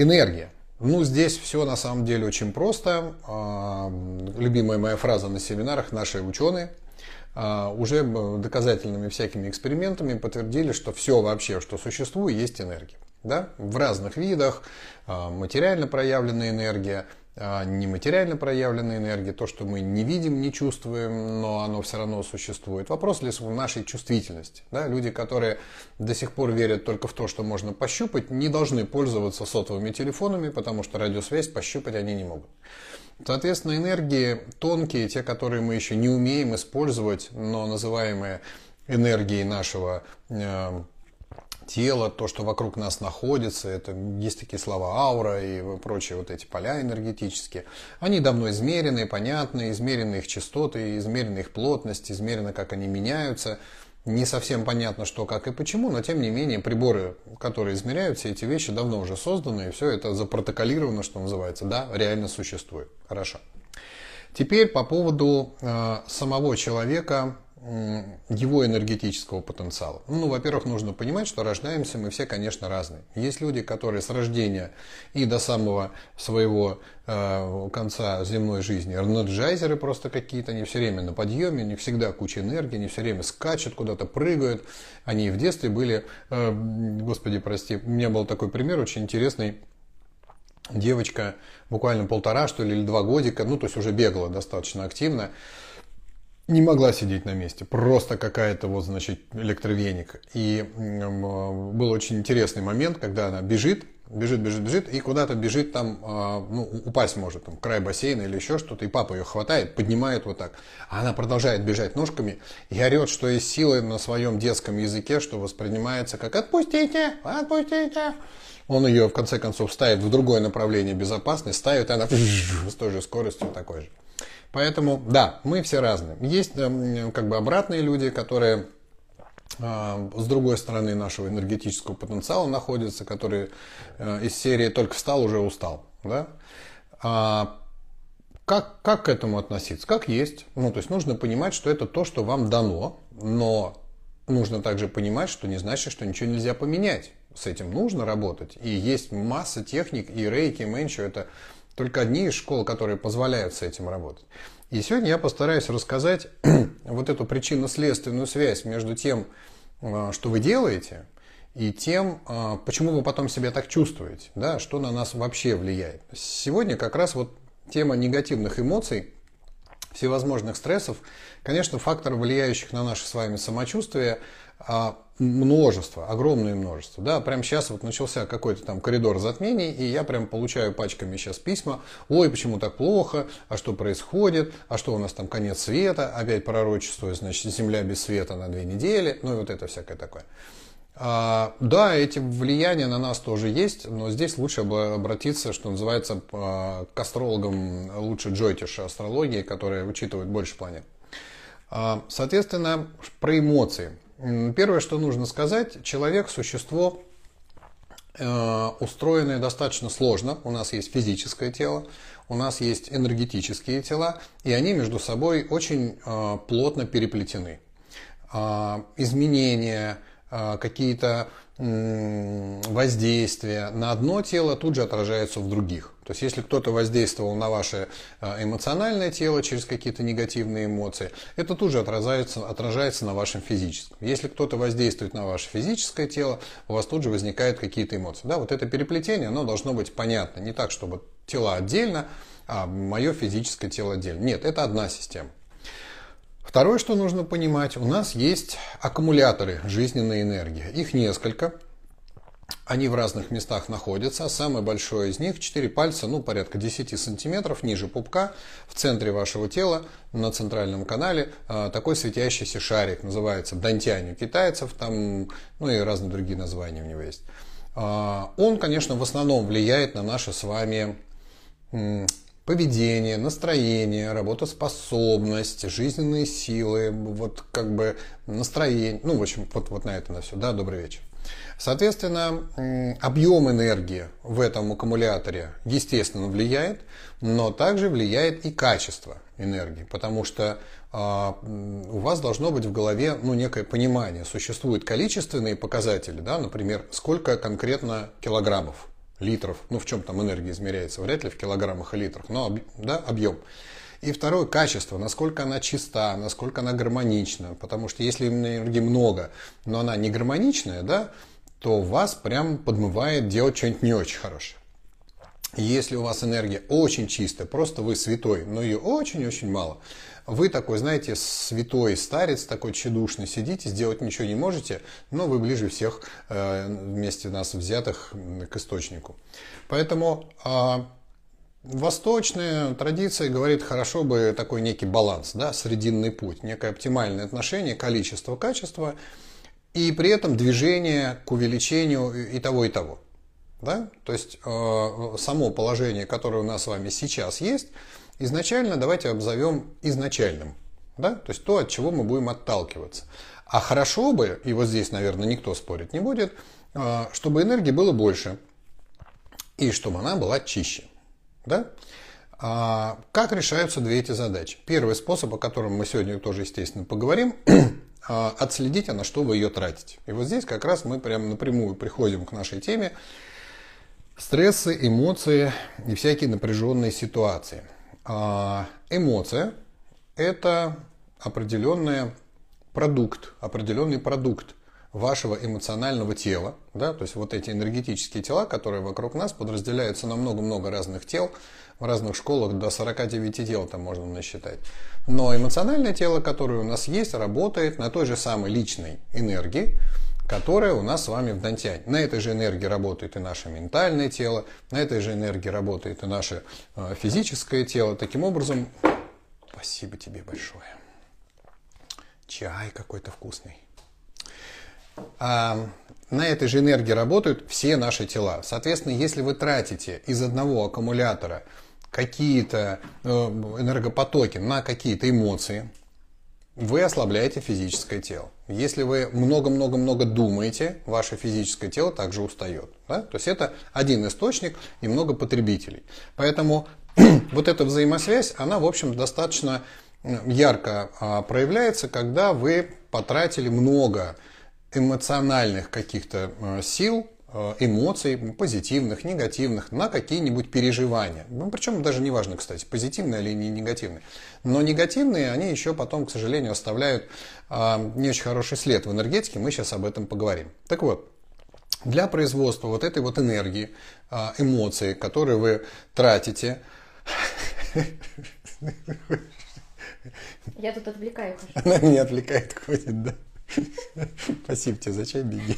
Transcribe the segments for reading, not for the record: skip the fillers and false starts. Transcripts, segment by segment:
Энергия. Ну, здесь все на самом деле очень просто. Любимая моя фраза на семинарах: наши ученые уже доказательными всякими экспериментами подтвердили, что все вообще, что существует, есть энергия. Да? В разных видах: материально проявленная энергия, нематериально проявленная энергия, то, что мы не видим, не чувствуем, но оно все равно существует. Вопрос лишь в нашей чувствительности. Да? Люди, которые до сих пор верят только в то, что можно пощупать, не должны пользоваться сотовыми телефонами, потому что радиосвязь пощупать они не могут. Соответственно, энергии тонкие, те, которые мы еще не умеем использовать, но называемые энергией нашего тело, то, что вокруг нас находится, это есть такие слова аура и прочие вот эти поля энергетические. Они давно измерены, понятны, измерены их частоты, измерены их плотность, измерено, как они меняются. Не совсем понятно, что, как и почему, но тем не менее приборы, которые измеряют все эти вещи, давно уже созданы, и все это запротоколировано, что называется. Да, реально существует. Хорошо. Теперь по поводу самого человека, его энергетического потенциала. Ну, во-первых, нужно понимать, что рождаемся мы все, конечно, разные. Есть люди, которые с рождения и до самого своего конца земной жизни энерджайзеры просто какие-то, они все время на подъеме, не всегда куча энергии, они все время скачут, куда-то прыгают. Они в детстве были, господи, прости, у меня был такой пример очень интересный. Девочка буквально 1,5, что ли, или 2 годика, ну, то есть уже бегала достаточно активно. Не могла сидеть на месте, просто какая-то вот, значит, электровеник. И был очень интересный момент, когда она бежит, и куда-то бежит там, ну, упасть может, там, край бассейна или еще что-то, и папа ее хватает, поднимает вот так. А она продолжает бежать ножками и орет, что есть силы на своем детском языке, что воспринимается как «отпустите, отпустите». Он ее, в конце концов, ставит в другое направление безопасности, ставит, и она с той же скоростью такой же. Поэтому, да, мы все разные. Есть как бы обратные люди, которые с другой стороны нашего энергетического потенциала находятся, которые из серии «только встал, уже устал». Да? Как к этому относиться? Как есть. Ну, то есть нужно понимать, что это то, что вам дано, но нужно также понимать, что не значит, что ничего нельзя поменять. С этим нужно работать. И есть масса техник, и рейки, и менчо – это только одни из школ, которые позволяют с этим работать. И сегодня я постараюсь рассказать вот эту причинно-следственную связь между тем, что вы делаете, и тем, почему вы потом себя так чувствуете, да, что на нас вообще влияет. Сегодня как раз вот тема негативных эмоций, всевозможных стрессов, конечно, факторов, влияющих на наше с вами самочувствие, множество, огромное множество. Да, прямо сейчас вот начался какой-то там коридор затмений, и я прям получаю пачками сейчас письма: ой, почему так плохо, а что происходит, а что у нас там конец света, опять пророчествует, значит, земля без света на 2 недели, ну и вот это всякое такое. Да, эти влияния на нас тоже есть, но здесь лучше обратиться, что называется, к астрологам, лучше Джотиш астрологии, которая учитывает больше планет. Соответственно, про эмоции. Первое, что нужно сказать: человек – существо, устроенное достаточно сложно. У нас есть физическое тело, у нас есть энергетические тела, и они между собой очень плотно переплетены. Изменения, какие-то воздействия на одно тело тут же отражаются в других. То есть, если кто-то воздействовал на ваше эмоциональное тело через какие-то негативные эмоции, это тут же отражается на вашем физическом. Если кто-то воздействует на ваше физическое тело, у вас тут же возникают какие-то эмоции. Да, вот это переплетение, оно должно быть понятно. Не так, чтобы тела отдельно, а мое физическое тело отдельно. Нет, это одна система. Второе, что нужно понимать: у нас есть аккумуляторы жизненной энергии. Их несколько. Они в разных местах находятся. Самый большой из них 4 пальца, ну, порядка 10 сантиметров ниже пупка, в центре вашего тела, на центральном канале, такой светящийся шарик. Называется дантянь у китайцев, там, ну и разные другие названия у него есть. Он, конечно, в основном влияет на наше с вами поведение, настроение, работоспособность, жизненные силы, вот как бы настроение, ну, в общем, вот на это на все. Да, добрый вечер. Соответственно, объем энергии в этом аккумуляторе, естественно, влияет, но также влияет и качество энергии, потому что у вас должно быть в голове, ну, некое понимание. Существуют количественные показатели, да, например, сколько конкретно килограммов литров. Ну, в чем там энергия измеряется? Вряд ли в килограммах и литрах, но да, объем. И второе, качество, насколько она чиста, насколько она гармонична. Потому что если энергии много, но она не гармоничная, да, то вас прям подмывает делать что-нибудь не очень хорошее. Если у вас энергия очень чистая, просто вы святой, но ее очень-очень мало, вы такой, знаете, святой старец, такой тщедушный, сидите, сделать ничего не можете, но вы ближе всех вместе нас взятых к источнику. Поэтому восточная традиция говорит, хорошо бы такой некий баланс, да, срединный путь, некое оптимальное отношение, количество, качество, и при этом движение к увеличению и того, и того. Да? То есть само положение, которое у нас с вами сейчас есть, изначально давайте обзовем изначальным. Да? То есть то, от чего мы будем отталкиваться. А хорошо бы, и вот здесь, наверное, никто спорить не будет, чтобы энергии было больше и чтобы она была чище. Да? Как решаются две эти задачи? Первый способ, о котором мы сегодня тоже, естественно, поговорим, отследите, на что вы ее тратите. И вот здесь как раз мы прямо напрямую приходим к нашей теме. Стрессы, эмоции и всякие напряженные ситуации. Эмоция – это определенный продукт вашего эмоционального тела. Да? То есть вот эти энергетические тела, которые вокруг нас, подразделяются на много-много разных тел. В разных школах до 49 тел там можно насчитать. Но эмоциональное тело, которое у нас есть, работает на той же самой личной энергии, которая у нас с вами в Дантяне. На этой же энергии работает и наше ментальное тело, на этой же энергии работает и наше физическое тело. Таким образом, спасибо тебе большое. Чай какой-то вкусный. На этой же энергии работают все наши тела. Соответственно, если вы тратите из одного аккумулятора какие-то энергопотоки на какие-то эмоции, вы ослабляете физическое тело. Если вы много-много-много думаете, ваше физическое тело также устает. Да? То есть это один источник и много потребителей. Поэтому вот эта взаимосвязь, она, в общем, достаточно ярко проявляется, когда вы потратили много эмоциональных каких-то сил, эмоций, позитивных, негативных, на какие-нибудь переживания. Ну, причем даже не важно, кстати, позитивные или не негативные. Но негативные, они еще потом, к сожалению, оставляют не очень хороший след в энергетике. Мы сейчас об этом поговорим. Так вот, для производства вот этой вот энергии, эмоций, которые вы тратите... Я тут отвлекаю. Она меня отвлекает, ходит, да. Спасибо тебе за чай, беги.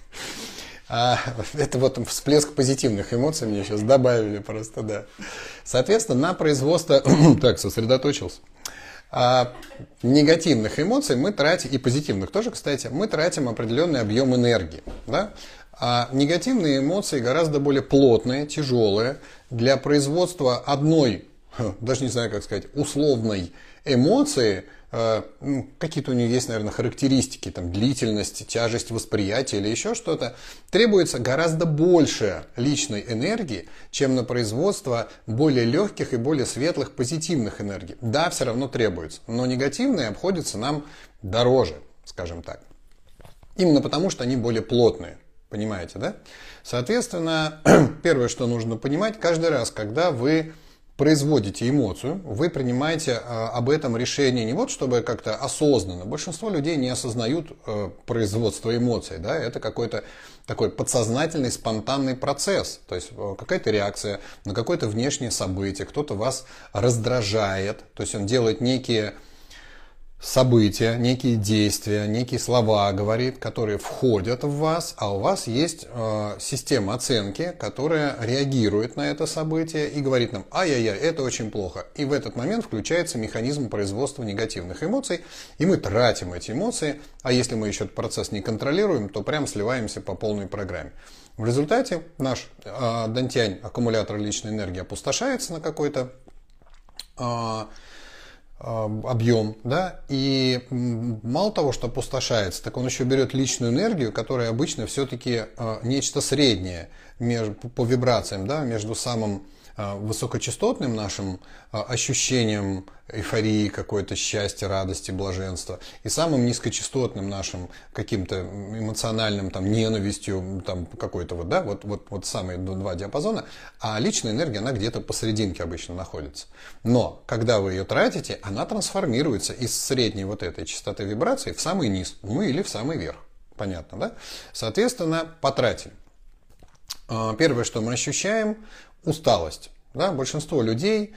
Это вот всплеск позитивных эмоций мне сейчас добавили просто, да. Соответственно, на производство... Так, сосредоточился. Негативных эмоций мы тратим, и позитивных тоже, кстати, мы тратим определенный объем энергии. Да? А негативные эмоции гораздо более плотные, тяжелые. Для производства одной, даже не знаю, как сказать, условной эмоции, какие-то у нее есть, наверное, характеристики, там, длительность, тяжесть восприятия или еще что-то, требуется гораздо больше личной энергии, чем на производство более легких и более светлых позитивных энергий. Да, все равно требуется, но негативные обходятся нам дороже, скажем так. Именно потому, что они более плотные. Понимаете, да? Соответственно, первое, что нужно понимать, каждый раз, когда вы производите эмоцию, вы принимаете об этом решение не вот чтобы как-то осознанно. Большинство людей не осознают производство эмоций. Да? Это какой-то такой подсознательный, спонтанный процесс. То есть какая-то реакция на какое-то внешнее событие. Кто-то вас раздражает. То есть он делает некие события, некие действия, некие слова говорит, которые входят в вас, а у вас есть система оценки, которая реагирует на это событие и говорит нам: ай-яй-яй, это очень плохо. И в этот момент включается механизм производства негативных эмоций, и мы тратим эти эмоции, а если мы еще этот процесс не контролируем, то прям сливаемся по полной программе. В результате наш Дантянь, аккумулятор личной энергии, опустошается на какой-то объем, да, и мало того, что опустошается, так он еще берет личную энергию, которая обычно все-таки нечто среднее по вибрациям, да, между самым высокочастотным нашим ощущением эйфории, какое-то счастья, радости, блаженства, и самым низкочастотным нашим каким-то эмоциональным там, ненавистью, там, какой-то вот, да, вот самые два диапазона, а личная энергия, она где-то посерединке обычно находится. Но, когда вы ее тратите, она трансформируется из средней вот этой частоты вибраций в самый низ, ну или в самый верх. Понятно, да? Соответственно, потратили. Первое, что мы ощущаем, усталость. Да? Большинство людей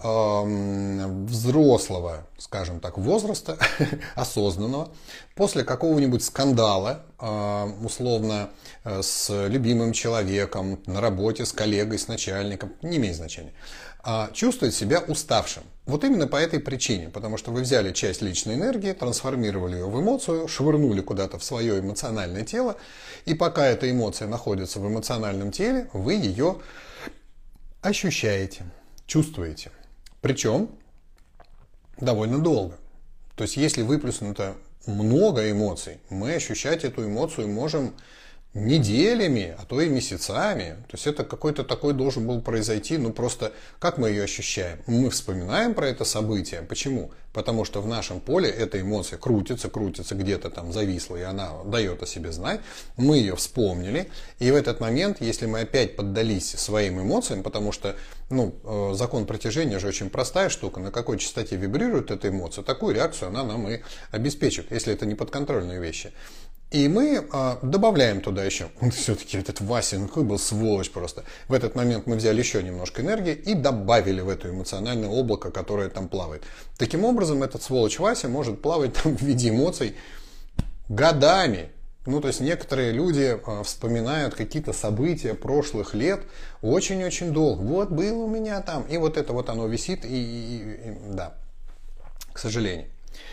взрослого, скажем так, возраста, осознанного, после какого-нибудь скандала, условно, с любимым человеком, на работе, с коллегой, с начальником, не имеет значения, чувствует себя уставшим. Вот именно по этой причине, потому что вы взяли часть личной энергии, трансформировали ее в эмоцию, швырнули куда-то в свое эмоциональное тело, и пока эта эмоция находится в эмоциональном теле, вы ее ощущаете, чувствуете. Причем довольно долго. То есть, если выплеснуто много эмоций, мы ощущать эту эмоцию можем неделями, а то и месяцами. То есть это какой-то такой должен был произойти, ну просто как мы ее ощущаем? Мы вспоминаем про это событие. Почему? Потому что в нашем поле эта эмоция крутится, где-то там зависла, и она дает о себе знать. Мы ее вспомнили, и в этот момент, если мы опять поддались своим эмоциям, потому что закон притяжения же очень простая штука, на какой частоте вибрирует эта эмоция, такую реакцию она нам и обеспечит, если это не подконтрольные вещи. И мы добавляем туда еще, все-таки этот Вася, какой был сволочь просто. В этот момент мы взяли еще немножко энергии и добавили в это эмоциональное облако, которое там плавает. Таким образом, этот сволочь Вася может плавать там в виде эмоций годами. То есть некоторые люди вспоминают какие-то события прошлых лет очень-очень долго. Вот было у меня там, и вот это вот оно висит, да, к сожалению.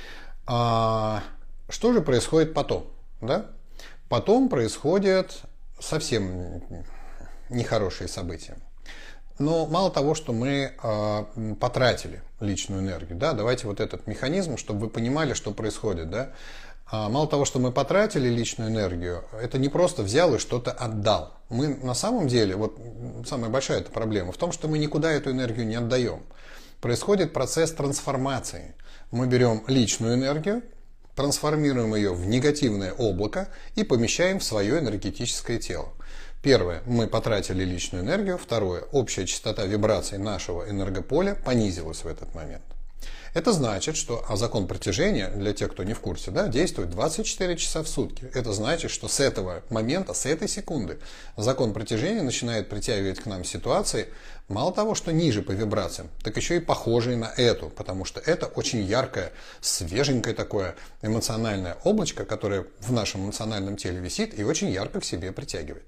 Что же происходит потом? Да? Потом происходят совсем нехорошие события. Но мало того, что мы потратили личную энергию, да, давайте вот этот механизм, чтобы вы понимали, что происходит. Да? Мало того, что мы потратили личную энергию, это не просто взял и что-то отдал. Мы на самом деле, вот самая большая эта проблема в том, что мы никуда эту энергию не отдаем. Происходит процесс трансформации. Мы берем личную энергию, трансформируем ее в негативное облако и помещаем в свое энергетическое тело. Первое, мы потратили личную энергию. Второе, общая частота вибраций нашего энергополя понизилась в этот момент. Это значит, что закон притяжения, для тех, кто не в курсе, да, действует 24 часа в сутки. Это значит, что с этого момента, с этой секунды, закон притяжения начинает притягивать к нам ситуации, мало того, что ниже по вибрациям, так еще и похожие на эту, потому что это очень яркое, свеженькое такое эмоциональное облачко, которое в нашем эмоциональном теле висит и очень ярко к себе притягивает.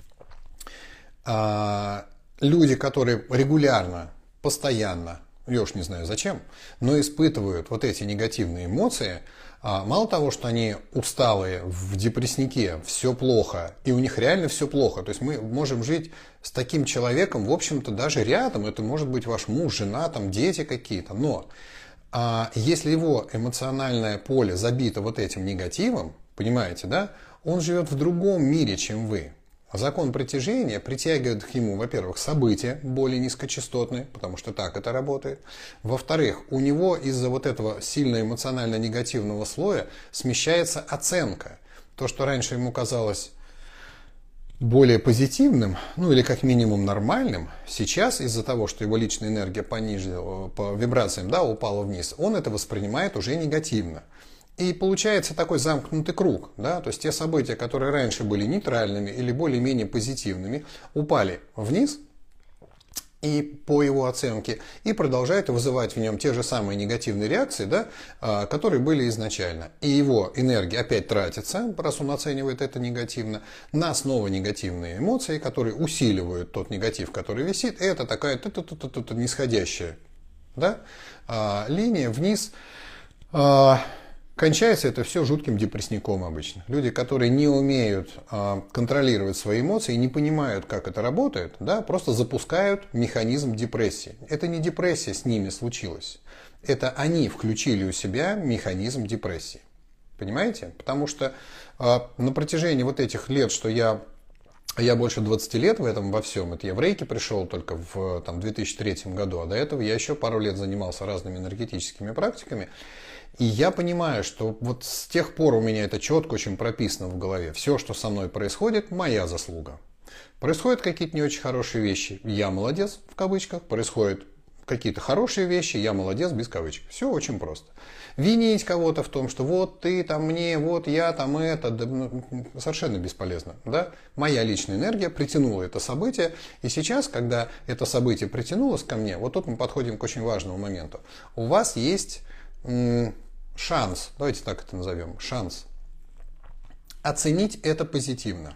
Люди, которые регулярно, постоянно, я уж не знаю зачем, но испытывают вот эти негативные эмоции, мало того, что они усталые, в депресснике, все плохо, и у них реально все плохо. То есть мы можем жить с таким человеком, в общем-то, даже рядом, это может быть ваш муж, жена, там, дети какие-то, но если его эмоциональное поле забито вот этим негативом, понимаете, да, он живет в другом мире, чем вы. Закон притяжения притягивает к нему, во-первых, события более низкочастотные, потому что так это работает. Во-вторых, у него из-за вот этого сильно эмоционально-негативного слоя смещается оценка. То, что раньше ему казалось более позитивным, или как минимум нормальным, сейчас из-за того, что его личная энергия понизила, по вибрациям, да, упала вниз, он это воспринимает уже негативно. И получается такой замкнутый круг. Да? То есть те события, которые раньше были нейтральными или более-менее позитивными, упали вниз и по его оценке и продолжают вызывать в нем те же самые негативные реакции, да, которые были изначально. И его энергия опять тратится, раз он оценивает это негативно, на снова негативные эмоции, которые усиливают тот негатив, который висит. И это такая нисходящая, да, линия вниз. Кончается это все жутким депрессником обычно. Люди, которые не умеют контролировать свои эмоции, не понимают, как это работает, да, просто запускают механизм депрессии. Это не депрессия с ними случилась. Это они включили у себя механизм депрессии. Понимаете? Потому что на протяжении вот этих лет, что я Я больше 20 лет в этом во всем. Это я в рейки пришел только в 2003 году, а до этого я еще пару лет занимался разными энергетическими практиками. И я понимаю, что вот с тех пор у меня это четко очень прописано в голове. Все, что со мной происходит, моя заслуга. Происходят какие-то не очень хорошие вещи, я молодец, в кавычках. Происходят какие-то хорошие вещи, я молодец, без кавычек. Все очень просто. Винить кого-то в том, что вот ты там мне, вот я там это, да, совершенно бесполезно. Да? Моя личная энергия притянула это событие, и сейчас, когда это событие притянулось ко мне, вот тут мы подходим к очень важному моменту. У вас есть шанс, давайте так это назовем, шанс оценить это позитивно.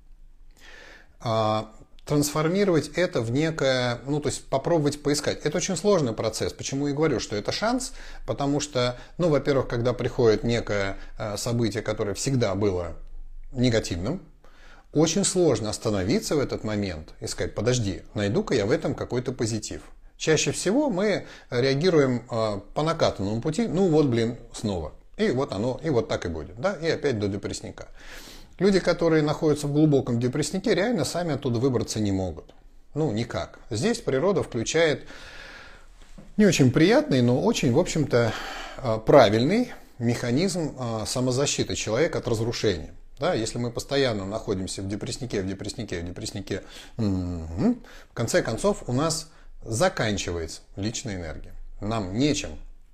Трансформировать это в некое, то есть попробовать поискать. Это очень сложный процесс. Почему я говорю, что это шанс? Потому что, во-первых, когда приходит некое событие, которое всегда было негативным, очень сложно остановиться в этот момент и сказать, подожди, найду-ка я в этом какой-то позитив. Чаще всего мы реагируем по накатанному пути, снова. И вот оно, и вот так и будет. Да? И опять до депрессника. Люди, которые находятся в глубоком депресснике, реально сами оттуда выбраться не могут. Никак. Здесь природа включает не очень приятный, но очень, в общем-то, правильный механизм самозащиты человека от разрушения. Да, если мы постоянно находимся в депресснике, в конце концов у нас заканчивается личная энергия. Нам нечем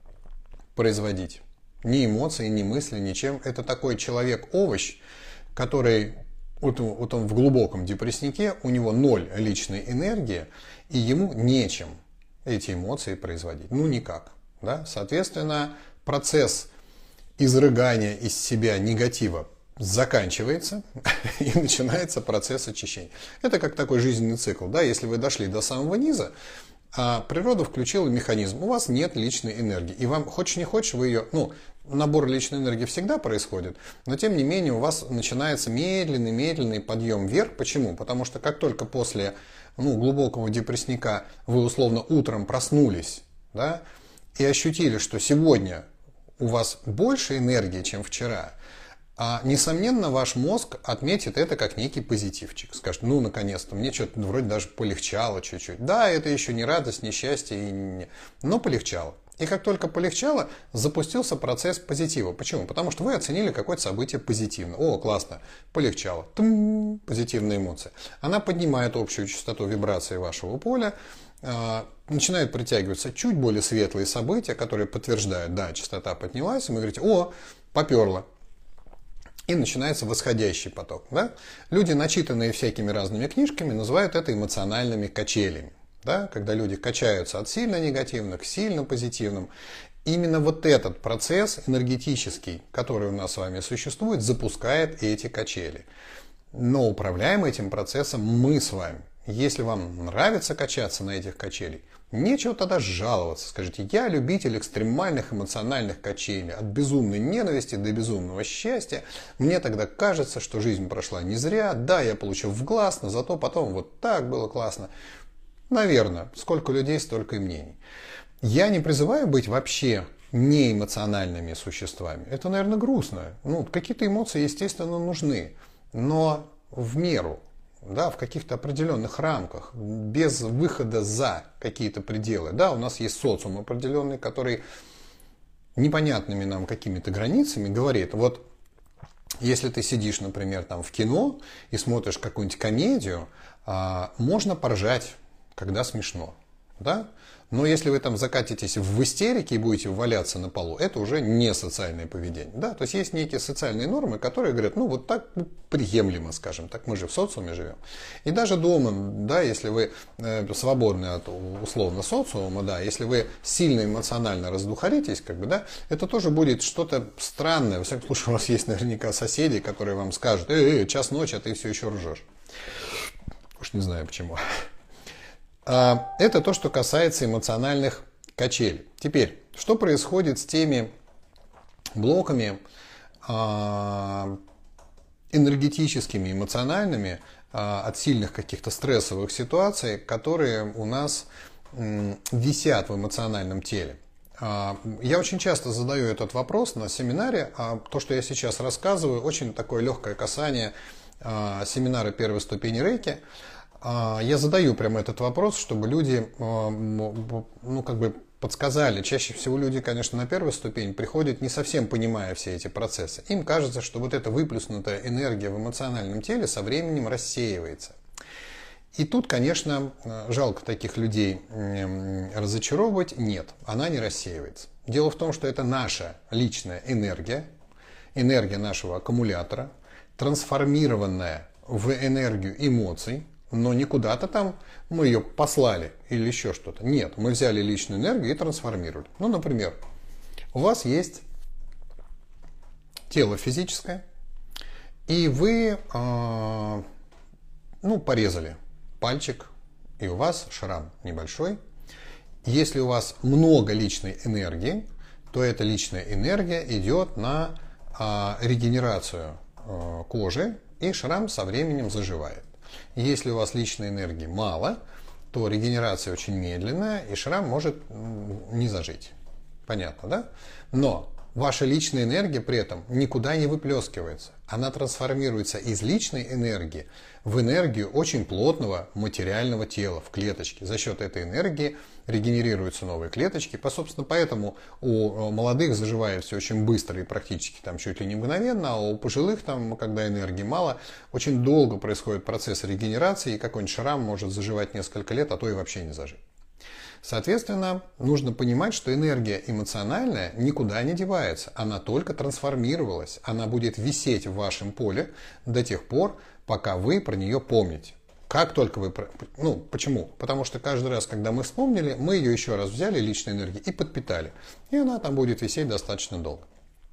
производить ни эмоции, ни мысли, ничем. Это такой человек-овощ, который вот он в глубоком депресснике, у него 0 личной энергии, и ему нечем эти эмоции производить. Никак. Да? Соответственно, процесс изрыгания из себя негатива заканчивается, и начинается процесс очищения. Это как такой жизненный цикл. Да? Если вы дошли до самого низа, а природа включила механизм. У вас нет личной энергии. И вам, хочешь не хочешь, вы ее... набор личной энергии всегда происходит, но тем не менее у вас начинается медленный подъем вверх. Почему? Потому что как только после глубокого депрессника вы условно утром проснулись, да, и ощутили, что сегодня у вас больше энергии, чем вчера, несомненно, ваш мозг отметит это как некий позитивчик. Скажет, наконец-то, мне что-то вроде даже полегчало чуть-чуть. Да, это еще не радость, не счастье, но полегчало. И как только полегчало, запустился процесс позитива. Почему? Потому что вы оценили какое-то событие позитивно. О, классно, полегчало. Позитивная эмоция. Она поднимает общую частоту вибрации вашего поля, начинают притягиваться чуть более светлые события, которые подтверждают, да, частота поднялась, и вы говорите, о, поперло. И начинается восходящий поток. Да? Люди, начитанные всякими разными книжками, называют это эмоциональными качелями. Да? Когда люди качаются от сильно негативных к сильно позитивным. Именно вот этот процесс энергетический, который у нас с вами существует, запускает эти качели. Но управляем этим процессом мы с вами. Если вам нравится качаться на этих качелях, нечего тогда жаловаться. Скажите, я любитель экстремальных эмоциональных качелей. От безумной ненависти до безумного счастья. Мне тогда кажется, что жизнь прошла не зря. Да, я получил в глаз, но зато потом вот так было классно. Наверное, сколько людей, столько и мнений. Я не призываю быть вообще неэмоциональными существами. Это, наверное, грустно. Какие-то эмоции, естественно, нужны. Но в меру. Да, в каких-то определенных рамках, без выхода за какие-то пределы. Да, у нас есть социум определенный, который непонятными нам какими-то границами говорит, вот если ты сидишь, например, там в кино и смотришь какую-нибудь комедию, можно поржать, когда смешно. Да? Но если вы там закатитесь в истерике и будете валяться на полу, это уже не социальное поведение. Да? То есть есть некие социальные нормы, которые говорят, вот так приемлемо, скажем так, мы же в социуме живем. И даже дома, да, если вы свободны от условно социума, да, если вы сильно эмоционально раздухаритесь, да, это тоже будет что-то странное. Во всяком случае, у вас есть наверняка соседи, которые вам скажут, час ночи, а ты все еще ржешь. Уж не знаю почему. Это то, что касается эмоциональных качелей. Теперь, что происходит с теми блоками энергетическими, эмоциональными от сильных каких-то стрессовых ситуаций, которые у нас висят в эмоциональном теле? Я очень часто задаю этот вопрос на семинаре, а то, что я сейчас рассказываю, очень такое легкое касание семинары первой ступени рейки, я задаю прямо этот вопрос, чтобы люди, ну, как бы подсказали. Чаще всего люди, конечно, на первую ступень приходят, не совсем понимая все эти процессы. Им кажется, что вот эта выплеснутая энергия в эмоциональном теле со временем рассеивается. И тут, конечно, жалко таких людей разочаровывать. Нет, она не рассеивается. Дело в том, что это наша личная энергия, энергия нашего аккумулятора, трансформированная в энергию эмоций, но не куда-то там мы ее послали или еще что-то. Нет, мы взяли личную энергию и трансформировали. Ну, например, у вас есть тело физическое, и вы порезали пальчик, и у вас шрам небольшой. Если у вас много личной энергии, то эта личная энергия идет на регенерацию кожи, и шрам со временем заживает. Если у вас личной энергии мало, то регенерация очень медленная, и шрам может не зажить. Понятно, да? Но ваша личная энергия при этом никуда не выплескивается. Она трансформируется из личной энергии в энергию очень плотного материального тела в клеточке. За счет этой энергии регенерируются новые клеточки. Собственно, поэтому у молодых заживает все очень быстро и практически там чуть ли не мгновенно, а у пожилых, там, когда энергии мало, очень долго происходит процесс регенерации, и какой-нибудь шрам может заживать несколько лет, а то и вообще не зажить. Соответственно, нужно понимать, что энергия эмоциональная никуда не девается. Она только трансформировалась. Она будет висеть в вашем поле до тех пор, пока вы про нее помните. Как только вы... Ну, почему? Потому что каждый раз, когда мы вспомнили, мы ее еще раз взяли, личной энергией, и подпитали. И она там будет висеть достаточно долго.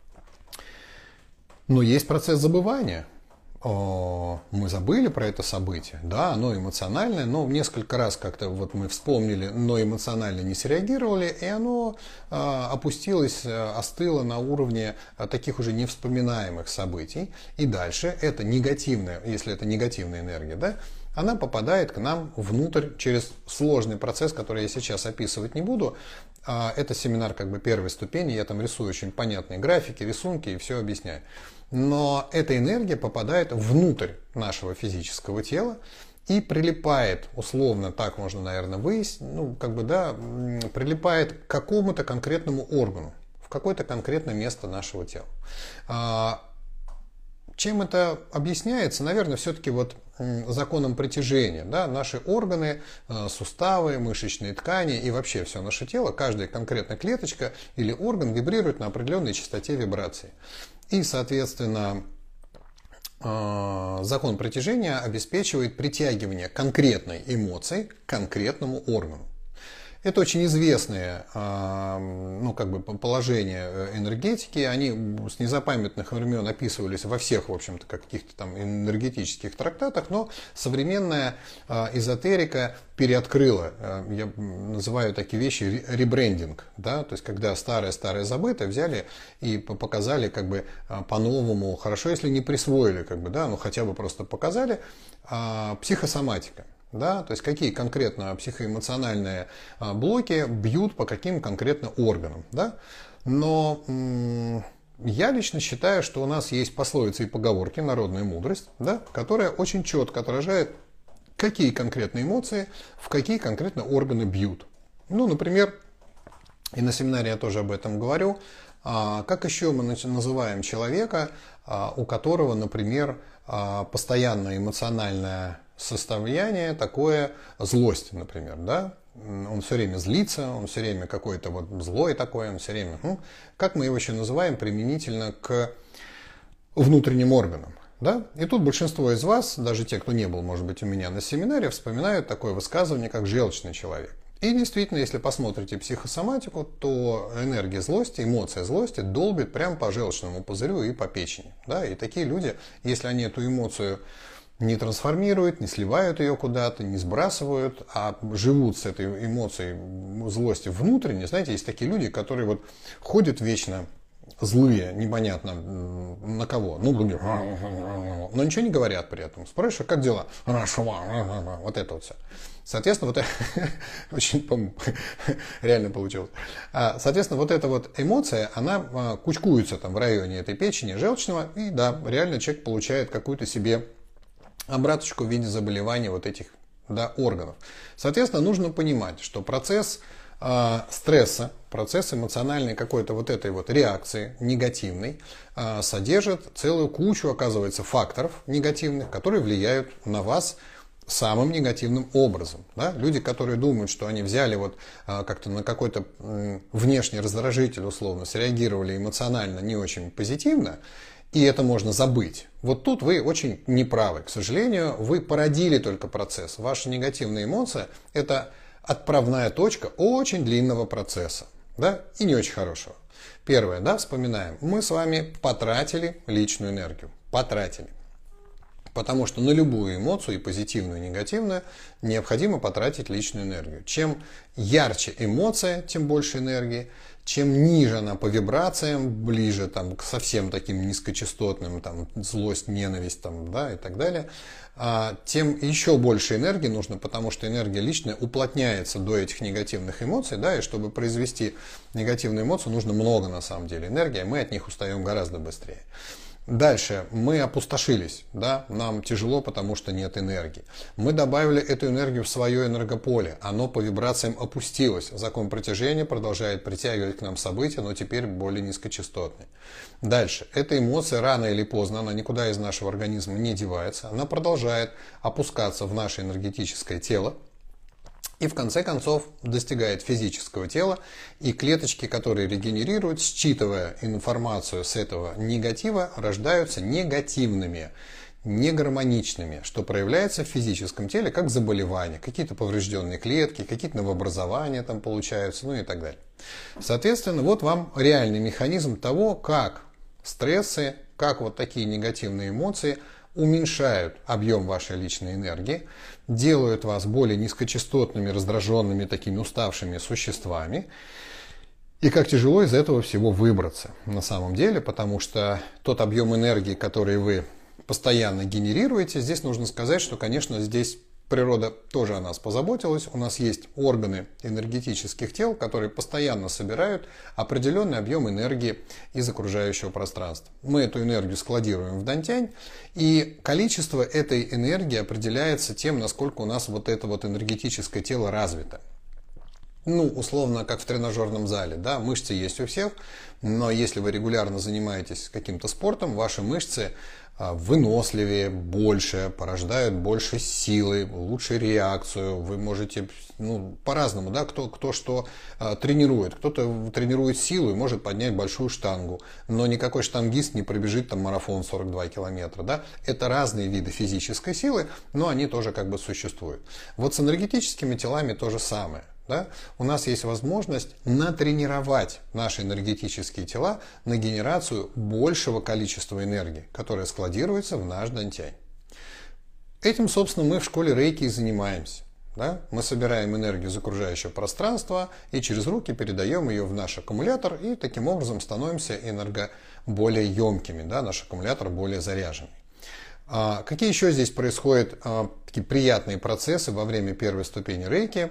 Но есть процесс забывания. Мы забыли про это событие, да, оно эмоциональное, но несколько раз как-то вот мы вспомнили, но эмоционально не среагировали, и оно опустилось, остыло на уровне таких уже невспоминаемых событий. И дальше это негативная, если это негативная энергия, да, она попадает к нам внутрь через сложный процесс, который я сейчас описывать не буду. Это семинар как бы первой ступени, я там рисую очень понятные графики, рисунки и все объясняю. Но эта энергия попадает внутрь нашего физического тела и прилипает, условно так можно, наверное, выяснить, прилипает к какому-то конкретному органу, в какое-то конкретное место нашего тела. Чем это объясняется? Наверное, все-таки вот законом притяжения. Да? Наши органы, суставы, мышечные ткани и вообще все наше тело, каждая конкретная клеточка или орган вибрирует на определенной частоте вибрации. И, соответственно, закон притяжения обеспечивает притягивание конкретной эмоции к конкретному органу. Это очень известные положения энергетики. Они с незапамятных времен описывались во всех, в общем-то, каких-то там энергетических трактатах, но современная эзотерика переоткрыла, я называю такие вещи ребрендинг, да, то есть когда старое-старое забытое взяли и показали как бы по-новому, хорошо, если не присвоили, как бы, да, но хотя бы просто показали, психосоматика. Да, то есть какие конкретно психоэмоциональные блоки бьют по каким конкретно органам. Да? Но я лично считаю, что у нас есть пословицы и поговорки, народная мудрость, да, которая очень четко отражает, какие конкретные эмоции в какие конкретно органы бьют. Ну, например, и на семинаре я тоже об этом говорю, как еще мы называем человека, у которого, например, постоянное эмоциональное состояние такое, злость, например, да, он все время злится, он все время какой-то вот злой такой, он все время, как мы его еще называем применительно к внутренним органам, да, и тут большинство из вас, даже те, кто не был, может быть, у меня на семинаре, вспоминают такое высказывание, как желчный человек. И действительно, если посмотрите психосоматику, то энергия злости, эмоция злости долбит прямо по желчному пузырю и по печени, да, и такие люди, если они эту эмоцию не трансформируют, не сливают ее куда-то, не сбрасывают, а живут с этой эмоцией злости внутренне. Знаете, есть такие люди, которые вот ходят вечно злые, непонятно на кого, но ничего не говорят при этом. Спрашиваешь, как дела? Вот это вот все. Соответственно, вот очень, реально получилось. Соответственно, вот эта вот эмоция, она кучкуется там в районе этой печени желчного, и да, реально человек получает какую-то себе обраточку в виде заболевания вот этих, да, органов. Соответственно, нужно понимать, что процесс стресса, процесс эмоциональной какой-то вот этой вот реакции негативной содержит целую кучу, оказывается, факторов негативных, которые влияют на вас самым негативным образом. Да? Люди, которые думают, что они взяли вот как-то на какой-то внешний раздражитель, условно, среагировали эмоционально не очень позитивно, и это можно забыть. Вот тут вы очень неправы. К сожалению, вы породили только процесс. Ваша негативная эмоция – это отправная точка очень длинного процесса, да, и не очень хорошего. Первое, да, вспоминаем. Мы с вами потратили личную энергию. Потратили. Потому что на любую эмоцию, и позитивную, и негативную, необходимо потратить личную энергию. Чем ярче эмоция, тем больше энергии. Чем ниже она по вибрациям, ближе там, к совсем таким низкочастотным, там, злость, ненависть там, да, и так далее, тем еще больше энергии нужно, потому что энергия личная уплотняется до этих негативных эмоций, да, и чтобы произвести негативную эмоцию, нужно много на самом деле энергии, а мы от них устаем гораздо быстрее. Дальше мы опустошились, да, нам тяжело, потому что нет энергии. Мы добавили эту энергию в свое энергополе, оно по вибрациям опустилось. Закон притяжения продолжает притягивать к нам события, но теперь более низкочастотные. Дальше, эта эмоция рано или поздно, она никуда из нашего организма не девается, она продолжает опускаться в наше энергетическое тело. И в конце концов достигает физического тела, и клеточки, которые регенерируют, считывая информацию с этого негатива, рождаются негативными, негармоничными, что проявляется в физическом теле как заболевание, какие-то поврежденные клетки, какие-то новообразования там получаются, ну и так далее. Соответственно, вот вам реальный механизм того, как стрессы, как вот такие негативные эмоции уменьшают объем вашей личной энергии, делают вас более низкочастотными, раздраженными, такими уставшими существами. И как тяжело из этого всего выбраться на самом деле, потому что тот объем энергии, который вы постоянно генерируете, здесь нужно сказать, что, конечно, здесь природа тоже о нас позаботилась. У нас есть органы энергетических тел, которые постоянно собирают определенный объем энергии из окружающего пространства. Мы эту энергию складируем в дантянь, и количество этой энергии определяется тем, насколько у нас вот это вот энергетическое тело развито. Ну, условно, как в тренажерном зале, да, мышцы есть у всех, но если вы регулярно занимаетесь каким-то спортом, ваши мышцы выносливее, больше, порождают больше силы, лучшую реакцию. Вы можете, ну, по-разному, да, кто что тренирует. Кто-то тренирует силу и может поднять большую штангу, но никакой штангист не пробежит там марафон 42 километра, да. Это разные виды физической силы, но они тоже как бы существуют. Вот с энергетическими телами то же самое. Да? У нас есть возможность натренировать наши энергетические тела на генерацию большего количества энергии, которая складируется в наш дантянь. Этим, собственно, мы в школе рейки и занимаемся. Да? Мы собираем энергию из окружающего пространства и через руки передаем ее в наш аккумулятор, и таким образом становимся более емкими, да? Наш аккумулятор более заряженный. Какие еще здесь происходят такие приятные процессы во время первой ступени рейки?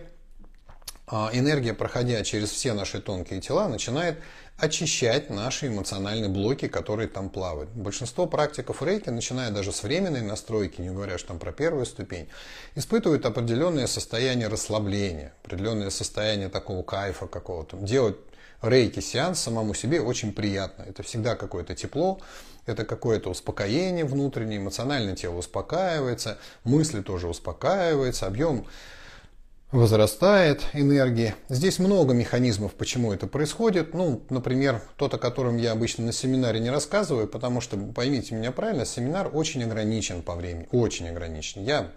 Энергия, проходя через все наши тонкие тела, начинает очищать наши эмоциональные блоки, которые там плавают. Большинство практиков рейки, начиная даже с временной настройки, не говоря что там про первую ступень, испытывают определенное состояние расслабления, определенное состояние такого кайфа какого-то. Делать рейки-сеанс самому себе очень приятно. Это всегда какое-то тепло, это какое-то успокоение внутреннее, эмоциональное тело успокаивается, мысли тоже успокаиваются, объем возрастает энергии. Здесь много механизмов, почему это происходит. Ну, например, тот, о котором я обычно на семинаре не рассказываю, потому что, поймите меня правильно, семинар очень ограничен по времени. Очень ограничен. Я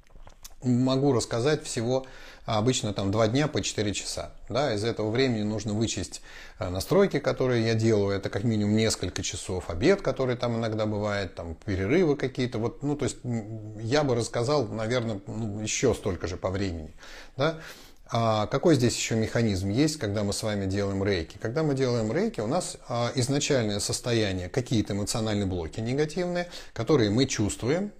могу рассказать всего обычно там 2 дня по 4 часа. Да, из этого времени нужно вычесть настройки, которые я делаю. Это как минимум несколько часов, обед, который там иногда бывает, там перерывы какие-то. Вот, ну, то есть я бы рассказал, наверное, еще столько же по времени. Да? Какой здесь еще механизм есть, когда мы с вами делаем рейки? Когда мы делаем рейки, у нас изначальное состояние, какие-то эмоциональные блоки негативные, которые мы чувствуем,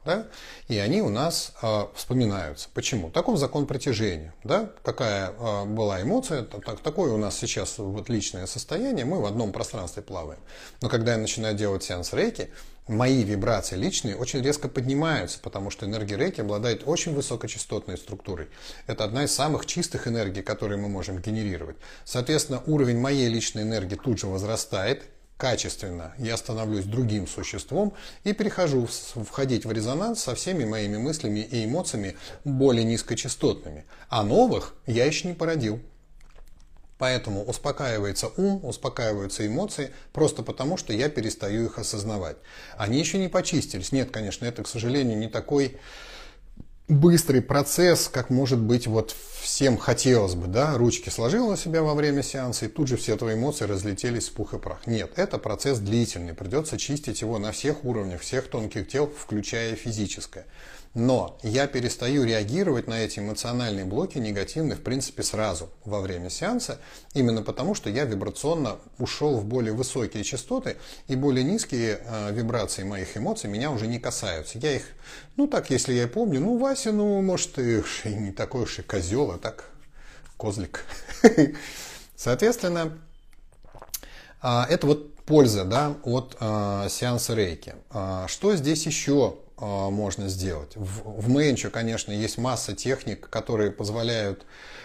Да? И они у нас вспоминаются. Почему? Таков закон притяжения. Да? Какая была эмоция, такое у нас сейчас вот личное состояние, мы в одном пространстве плаваем. Но когда я начинаю делать сеанс рейки, мои вибрации личные очень резко поднимаются, потому что энергия рейки обладает очень высокочастотной структурой. Это одна из самых чистых энергий, которые мы можем генерировать. Соответственно, уровень моей личной энергии тут же возрастает, качественно я становлюсь другим существом и перехожу входить в резонанс со всеми моими мыслями и эмоциями более низкочастотными. А новых я еще не породил. Поэтому успокаивается ум, успокаиваются эмоции, просто потому, что я перестаю их осознавать. Они еще не почистились. Нет, конечно, это, к сожалению, не такой быстрый процесс, как, может быть, вот всем хотелось бы, да, ручки сложил на себя во время сеанса, и тут же все твои эмоции разлетелись в пух и прах. Нет, это процесс длительный, придется чистить его на всех уровнях, всех тонких тел, включая физическое. Но я перестаю реагировать на эти эмоциональные блоки негативные, в принципе, сразу во время сеанса, именно потому, что я вибрационно ушел в более высокие частоты, и более низкие вибрации моих эмоций меня уже не касаются. Я их, ну так, если я помню, ну Вася, ну может и не такой уж и козел, а так козлик. Соответственно, это вот польза, да, от сеанса рейки. Что здесь еще можно сделать? В Мэнчо, конечно, есть масса техник, которые позволяют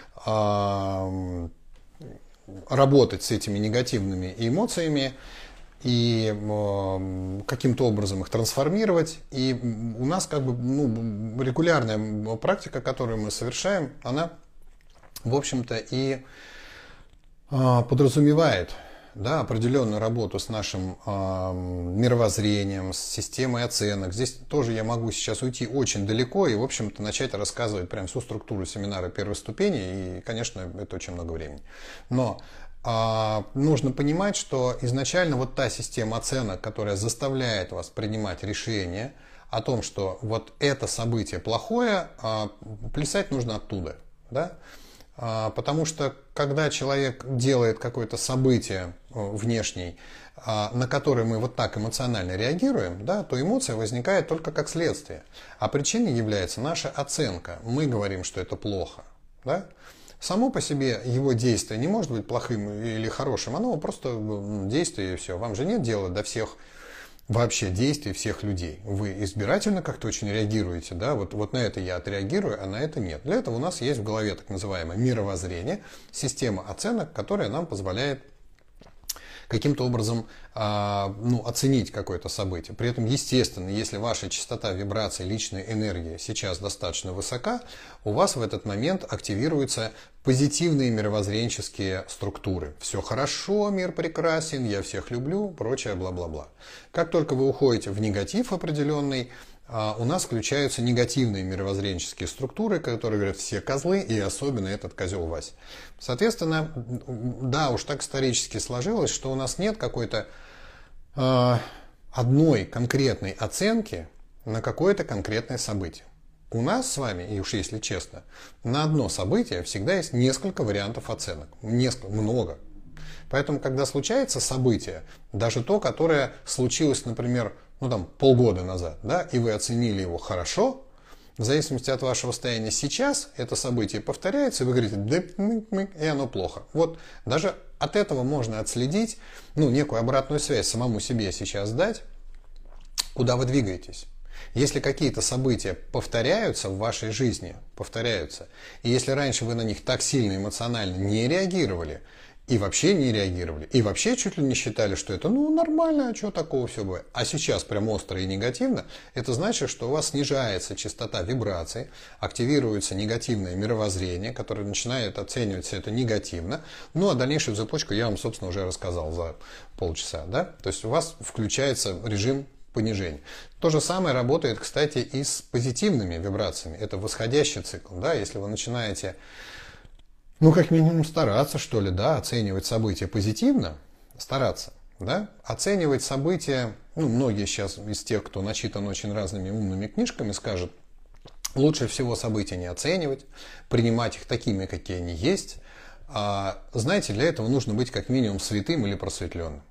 работать с этими негативными эмоциями и каким-то образом их трансформировать. И у нас как бы регулярная практика, которую мы совершаем, она, в общем-то, и подразумевает, да, определенную работу с нашим мировоззрением, с системой оценок. Здесь тоже я могу сейчас уйти очень далеко и, в общем-то, начать рассказывать прям всю структуру семинара первой ступени, и, конечно, это очень много времени. Но нужно понимать, что изначально вот та система оценок, которая заставляет вас принимать решение о том, что вот это событие плохое, плясать нужно оттуда, да? Потому что, когда человек делает какое-то событие внешнее, на которое мы вот так эмоционально реагируем, да, то эмоция возникает только как следствие. А причиной является наша оценка. Мы говорим, что это плохо. Да? Само по себе его действие не может быть плохим или хорошим, оно просто действие и все. Вам же нет дела до всех вообще действий всех людей. Вы избирательно как-то очень реагируете, да, вот на это я отреагирую, а на это нет. Для этого у нас есть в голове так называемое мировоззрение, система оценок, которая нам позволяет каким-то образом оценить какое-то событие. При этом, естественно, если ваша частота вибраций личной энергии сейчас достаточно высока, у вас в этот момент активируются позитивные мировоззренческие структуры. Все хорошо, мир прекрасен, я всех люблю, прочее бла-бла-бла. Как только вы уходите в негатив определенный, у нас включаются негативные мировоззренческие структуры, которые говорят все козлы, и особенно этот козел Вась. Соответственно, да, уж так исторически сложилось, что у нас нет какой-то одной конкретной оценки на какое-то конкретное событие. У нас с вами, и уж если честно, на одно событие всегда есть несколько вариантов оценок. Много. Поэтому, когда случается событие, даже то, которое случилось, например, полгода назад, да, и вы оценили его хорошо, в зависимости от вашего состояния сейчас, это событие повторяется, и вы говорите, да, и оно плохо. Вот даже от этого можно отследить, некую обратную связь самому себе сейчас дать, куда вы двигаетесь. Если какие-то события повторяются в вашей жизни, и если раньше вы на них так сильно эмоционально не реагировали, и вообще не реагировали, и вообще чуть ли не считали, что это нормально, а что такого все бывает. А сейчас прям остро и негативно, это значит, что у вас снижается частота вибраций, активируется негативное мировоззрение, которое начинает оценивать все это негативно. А дальнейшую цепочку я вам, собственно, уже рассказал за полчаса. Да? То есть у вас включается режим понижения. То же самое работает, кстати, и с позитивными вибрациями. Это восходящий цикл. Да? Если вы начинаете как минимум стараться, что ли, да, оценивать события позитивно, стараться, да, оценивать события, многие сейчас из тех, кто начитан очень разными умными книжками, скажут, лучше всего события не оценивать, принимать их такими, какие они есть. Знаете, для этого нужно быть как минимум святым или просветленным.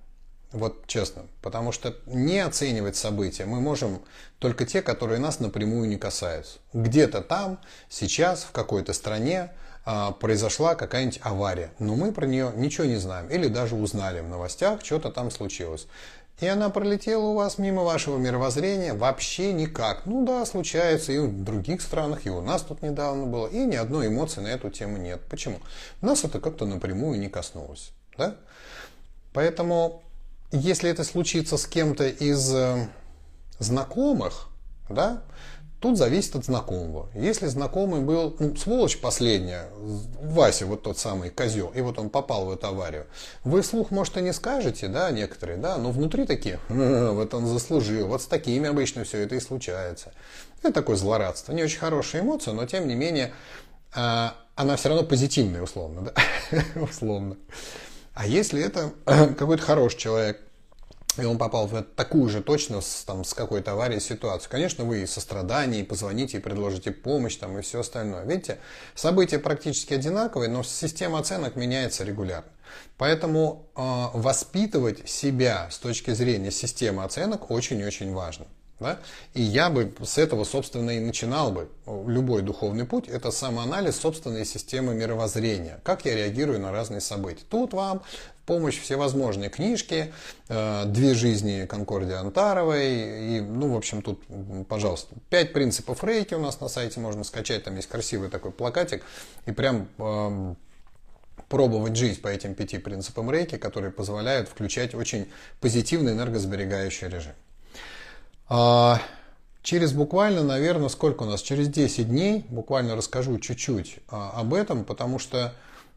Вот честно. Потому что не оценивать события мы можем только те, которые нас напрямую не касаются. Где-то там, сейчас, в какой-то стране произошла какая-нибудь авария. Но мы про нее ничего не знаем. Или даже узнали в новостях, что-то там случилось. И она пролетела у вас мимо вашего мировоззрения вообще никак. Ну да, случается и в других странах, и у нас тут недавно было. И ни одной эмоции на эту тему нет. Почему? Нас это как-то напрямую не коснулось. Да? Поэтому, если это случится с кем-то из знакомых, да, тут зависит от знакомого. Если знакомый был, сволочь последняя, Вася, вот тот самый козел, и вот он попал в эту аварию, вы вслух, может, и не скажете, да, некоторые, да, но внутри такие, вот он заслужил, вот с такими обычно все это и случается. Это такое злорадство. Не очень хорошая эмоция, но тем не менее, она все равно позитивная, условно, да, условно. А если это какой-то хороший человек, и он попал в такую же точно с какой-то аварией ситуацию, конечно, вы и сострадание, и позвоните, и предложите помощь, там, и все остальное. Видите, события практически одинаковые, но система оценок меняется регулярно. Поэтому воспитывать себя с точки зрения системы оценок очень-очень важно. Да? И я бы с этого, собственно, и начинал бы. Любой духовный путь – это самоанализ собственной системы мировоззрения. Как я реагирую на разные события. Тут вам в помощь всевозможные книжки, «Две жизни» Конкордии Антаровой. И, в общем, тут, пожалуйста, 5 принципов рейки у нас на сайте можно скачать. Там есть красивый такой плакатик. И прям пробовать жить по этим 5 принципам рейки, которые позволяют включать очень позитивный энергосберегающий режим. Через буквально, наверное, сколько у нас? Через 10 дней буквально расскажу чуть-чуть об этом, потому что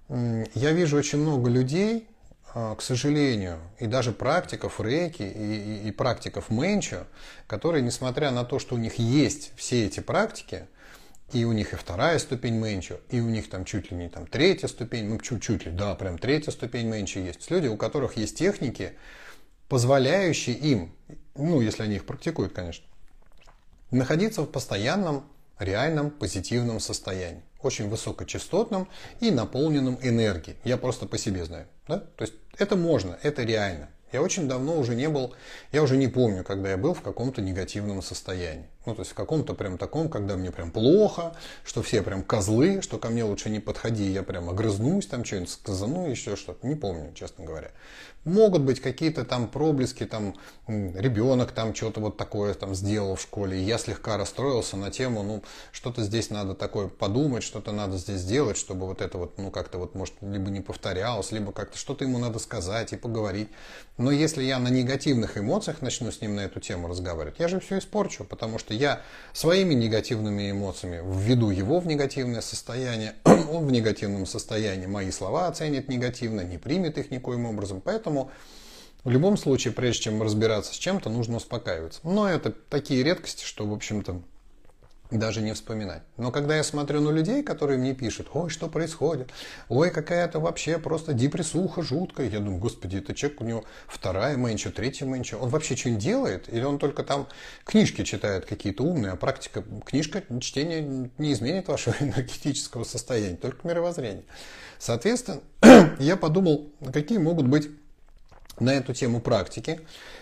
я вижу очень много людей, к сожалению, и даже практиков рейки, и практиков менчо, которые, несмотря на то, что у них есть все эти практики, и у них и 2-я ступень менчо, и у них там чуть ли не 3-я ступень, чуть ли, да, прям 3-я ступень менчо есть. Люди, у которых есть техники, позволяющие им, если они их практикуют, конечно, находиться в постоянном, реальном, позитивном состоянии. Очень высокочастотном и наполненном энергией. Я просто по себе знаю. Да? То есть это можно, это реально. Я очень давно уже не был, я уже не помню, когда я был в каком-то негативном состоянии. То есть в каком-то прям таком, когда мне прям плохо, что все прям козлы, что ко мне лучше не подходи, я прям огрызнусь, там что-нибудь сказану, еще что-то. Не помню, честно говоря. Могут быть какие-то там проблески, там ребенок там что-то вот такое там сделал в школе, и я слегка расстроился на тему, что-то здесь надо такое подумать, что-то надо здесь сделать, чтобы вот это вот, как-то вот, может, либо не повторялось, либо как-то что-то ему надо сказать и поговорить. Но если я на негативных эмоциях начну с ним на эту тему разговаривать, я же все испорчу, потому что я своими негативными эмоциями введу его в негативное состояние, он в негативном состоянии мои слова оценит негативно, не примет их никоим образом. Поэтому в любом случае, прежде чем разбираться с чем-то, нужно успокаиваться. Но это такие редкости, что, в общем-то, даже не вспоминать. Но когда я смотрю на людей, которые мне пишут, ой, что происходит, ой, какая-то вообще просто депрессуха жуткая, я думаю, господи, это человек, у него 2-я менчо, 3-я менчо, он вообще что-нибудь делает? Или он только там книжки читает какие-то умные, а практика, книжка, чтение не изменит вашего энергетического состояния, только мировоззрение. Соответственно, я подумал, какие могут быть на эту тему практики.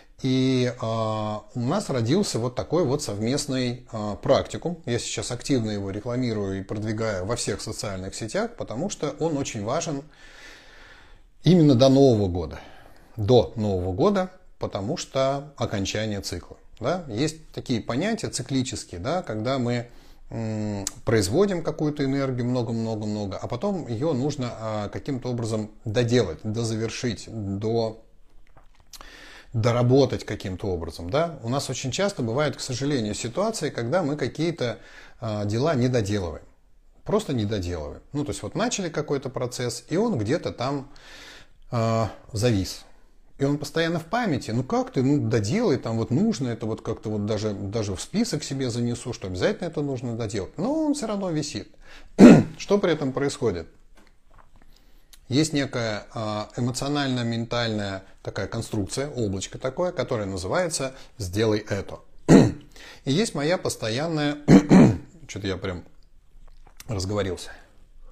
И у нас родился вот такой вот совместный практикум. Я сейчас активно его рекламирую и продвигаю во всех социальных сетях, потому что он очень важен именно до Нового года. До Нового года, потому что окончание цикла. Да? Есть такие понятия циклические, да, когда мы производим какую-то энергию много-много-много, а потом ее нужно каким-то образом доделать, дозавершить, доработать каким-то образом. Да? У нас очень часто бывают, к сожалению, ситуации, когда мы какие-то дела не доделываем. Просто не доделываем. То есть вот начали какой-то процесс, и он где-то там завис. И он постоянно в памяти. Как ты, доделай, там вот нужно, это вот как-то вот даже в список себе занесу, что обязательно это нужно доделать. Но он все равно висит. Что при этом происходит? Есть некая эмоционально-ментальная такая конструкция, облачко такое, которое называется «сделай это». И есть моя постоянная... Что-то я прям разговорился.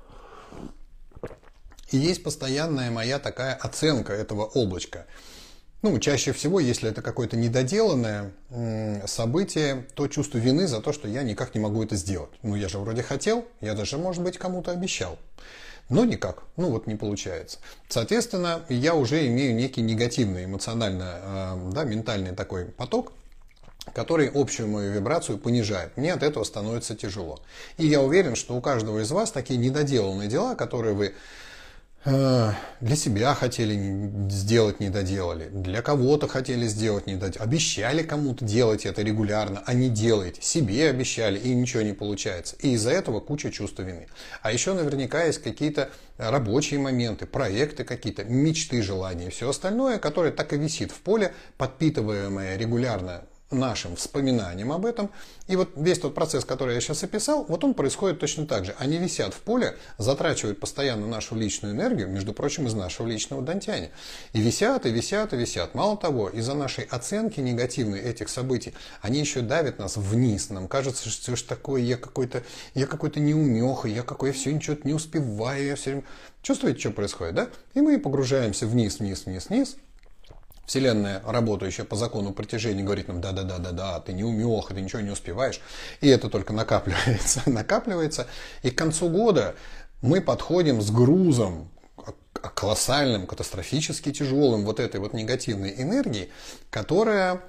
И есть постоянная моя такая оценка этого облачка. Ну, чаще всего, если это какое-то недоделанное событие, то чувство вины за то, что я никак не могу это сделать. Ну, я же вроде хотел, я даже, может быть, кому-то обещал. Но никак, ну вот не получается. Соответственно, я уже имею некий негативный эмоционально, да, ментальный такой поток, который общую мою вибрацию понижает. Мне от этого становится тяжело. И я уверен, что у каждого из вас такие недоделанные дела, которые вы для себя хотели сделать, не доделали, для кого-то хотели сделать, не доделали, обещали кому-то делать это регулярно, а не делаете, себе обещали, и ничего не получается. И из-за этого куча чувства вины. А еще наверняка есть какие-то рабочие моменты, проекты какие-то, мечты, желания и все остальное, которое так и висит в поле, подпитываемое регулярно нашим вспоминанием об этом. И вот весь тот процесс, который я сейчас описал, вот он происходит точно так же. Они висят в поле, затрачивают постоянно нашу личную энергию, между прочим, из нашего личного дантяня. И висят, и висят, и висят. Мало того, из-за нашей оценки негативной этих событий, они еще давят нас вниз. Нам кажется, что ж такое, я какой-то неумеха, я все ничего не успеваю, я все время... Чувствуете, что происходит, да? И мы погружаемся вниз, вниз, вниз, вниз. Вселенная, работающая по закону притяжения, говорит нам, да, ты не умеха, ты ничего не успеваешь. И это только накапливается. И к концу года мы подходим с грузом колоссальным, катастрофически тяжелым вот этой вот негативной энергии, которая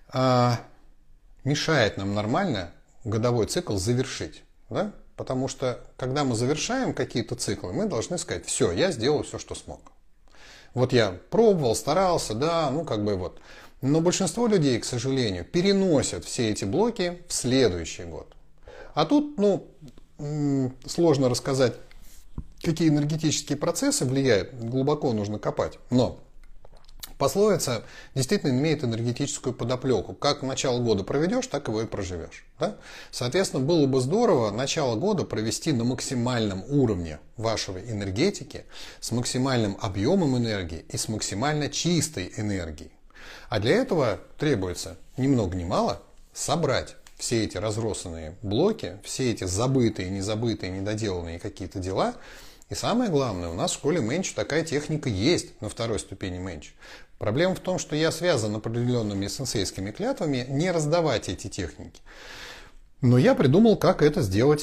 мешает нам нормально годовой цикл завершить. Да? Потому что, когда мы завершаем какие-то циклы, мы должны сказать, все, я сделал все, что смог. Вот я пробовал, старался, да, ну как бы вот. Но большинство людей, к сожалению, переносят все эти блоки в следующий год. А тут, ну, сложно рассказать, какие энергетические процессы влияют, глубоко нужно копать. Но пословица действительно имеет энергетическую подоплеку. Как начало года проведешь, так его и проживешь. Да? Соответственно, было бы здорово начало года провести на максимальном уровне вашей энергетики, с максимальным объемом энергии и с максимально чистой энергией. А для этого требуется ни много ни мало собрать все эти разрозненные блоки, все эти забытые, незабытые, недоделанные какие-то дела. И самое главное, у нас в школе Менчу такая техника есть на второй ступени Менчу. Проблема в том, что я связан определенными сенсейскими клятвами не раздавать эти техники. Но я придумал, как это сделать,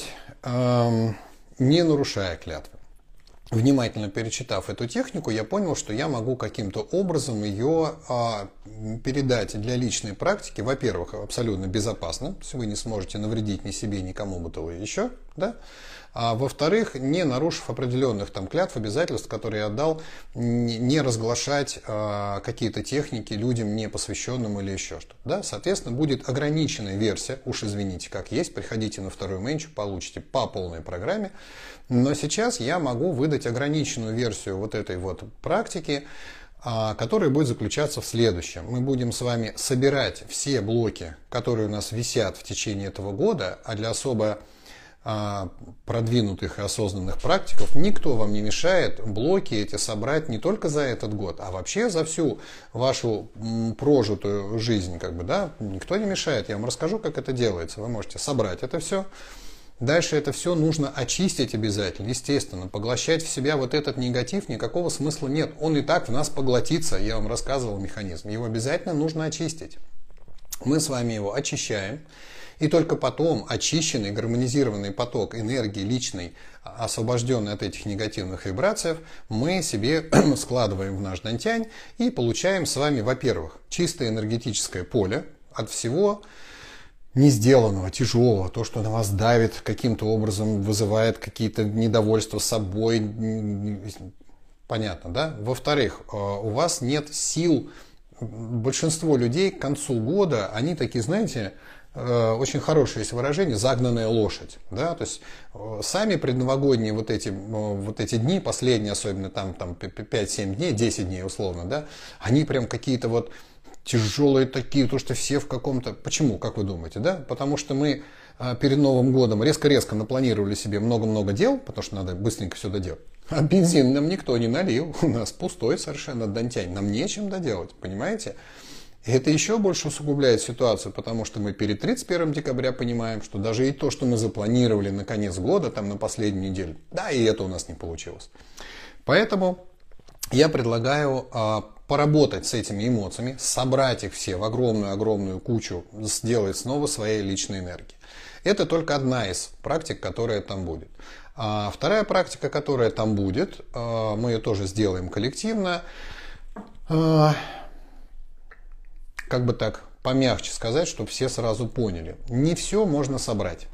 не нарушая клятвы. Внимательно перечитав эту технику, я понял, что я могу каким-то образом ее передать для личной практики. Во-первых, абсолютно безопасно, то есть вы не сможете навредить ни себе, ни кому бы то еще, да? А во-вторых, не нарушив определенных там клятв, обязательств, которые я отдал, не разглашать какие-то техники людям не посвященным или еще что-то. Да? Соответственно, будет ограниченная версия, уж извините, как есть, приходите на вторую менчу, получите по полной программе. Но сейчас я могу выдать ограниченную версию вот этой вот практики, которая будет заключаться в следующем. Мы будем с вами собирать все блоки, которые у нас висят в течение этого года, а для особо продвинутых и осознанных практиков никто вам не мешает блоки эти собрать не только за этот год, а вообще за всю вашу прожитую жизнь. Как бы, да? Никто не мешает. Я вам расскажу, как это делается. Вы можете собрать это все. Дальше это все нужно очистить обязательно, естественно. Поглощать в себя вот этот негатив никакого смысла нет. Он и так в нас поглотится. Я вам рассказывал механизм. Его обязательно нужно очистить. Мы с вами его очищаем. И только потом очищенный, гармонизированный поток энергии личной, освобожденный от этих негативных вибраций, мы себе складываем в наш дантянь и получаем с вами, во-первых, чистое энергетическое поле от всего не сделанного, тяжелого, то, что на вас давит, каким-то образом вызывает какие-то недовольства собой. Понятно, да? Во-вторых, у вас нет сил. Большинство людей к концу года, они такие, знаете, очень хорошее есть выражение «загнанная лошадь». Да? То есть сами предновогодние вот эти дни, последние особенно там 5-7 дней, 10 дней условно, да, они прям какие-то вот тяжелые такие, то что все в каком-то... Почему, как вы думаете? Да? Потому что мы перед Новым годом резко-резко напланировали себе много-много дел, потому что надо быстренько все доделать. А бензин нам никто не налил, у нас пустой совершенно дантянь, нам нечем доделать, понимаете? И это еще больше усугубляет ситуацию, потому что мы перед 31 декабря понимаем, что даже и то, что мы запланировали на конец года, там на последнюю неделю, да, и это у нас не получилось. Поэтому я предлагаю поработать с этими эмоциями, собрать их все в огромную-огромную кучу, сделать снова своей личной энергией. Это только одна из практик, которая там будет. А вторая практика, которая там будет, мы ее тоже сделаем коллективно. Как бы так помягче сказать, чтобы все сразу поняли. Не все можно собрать.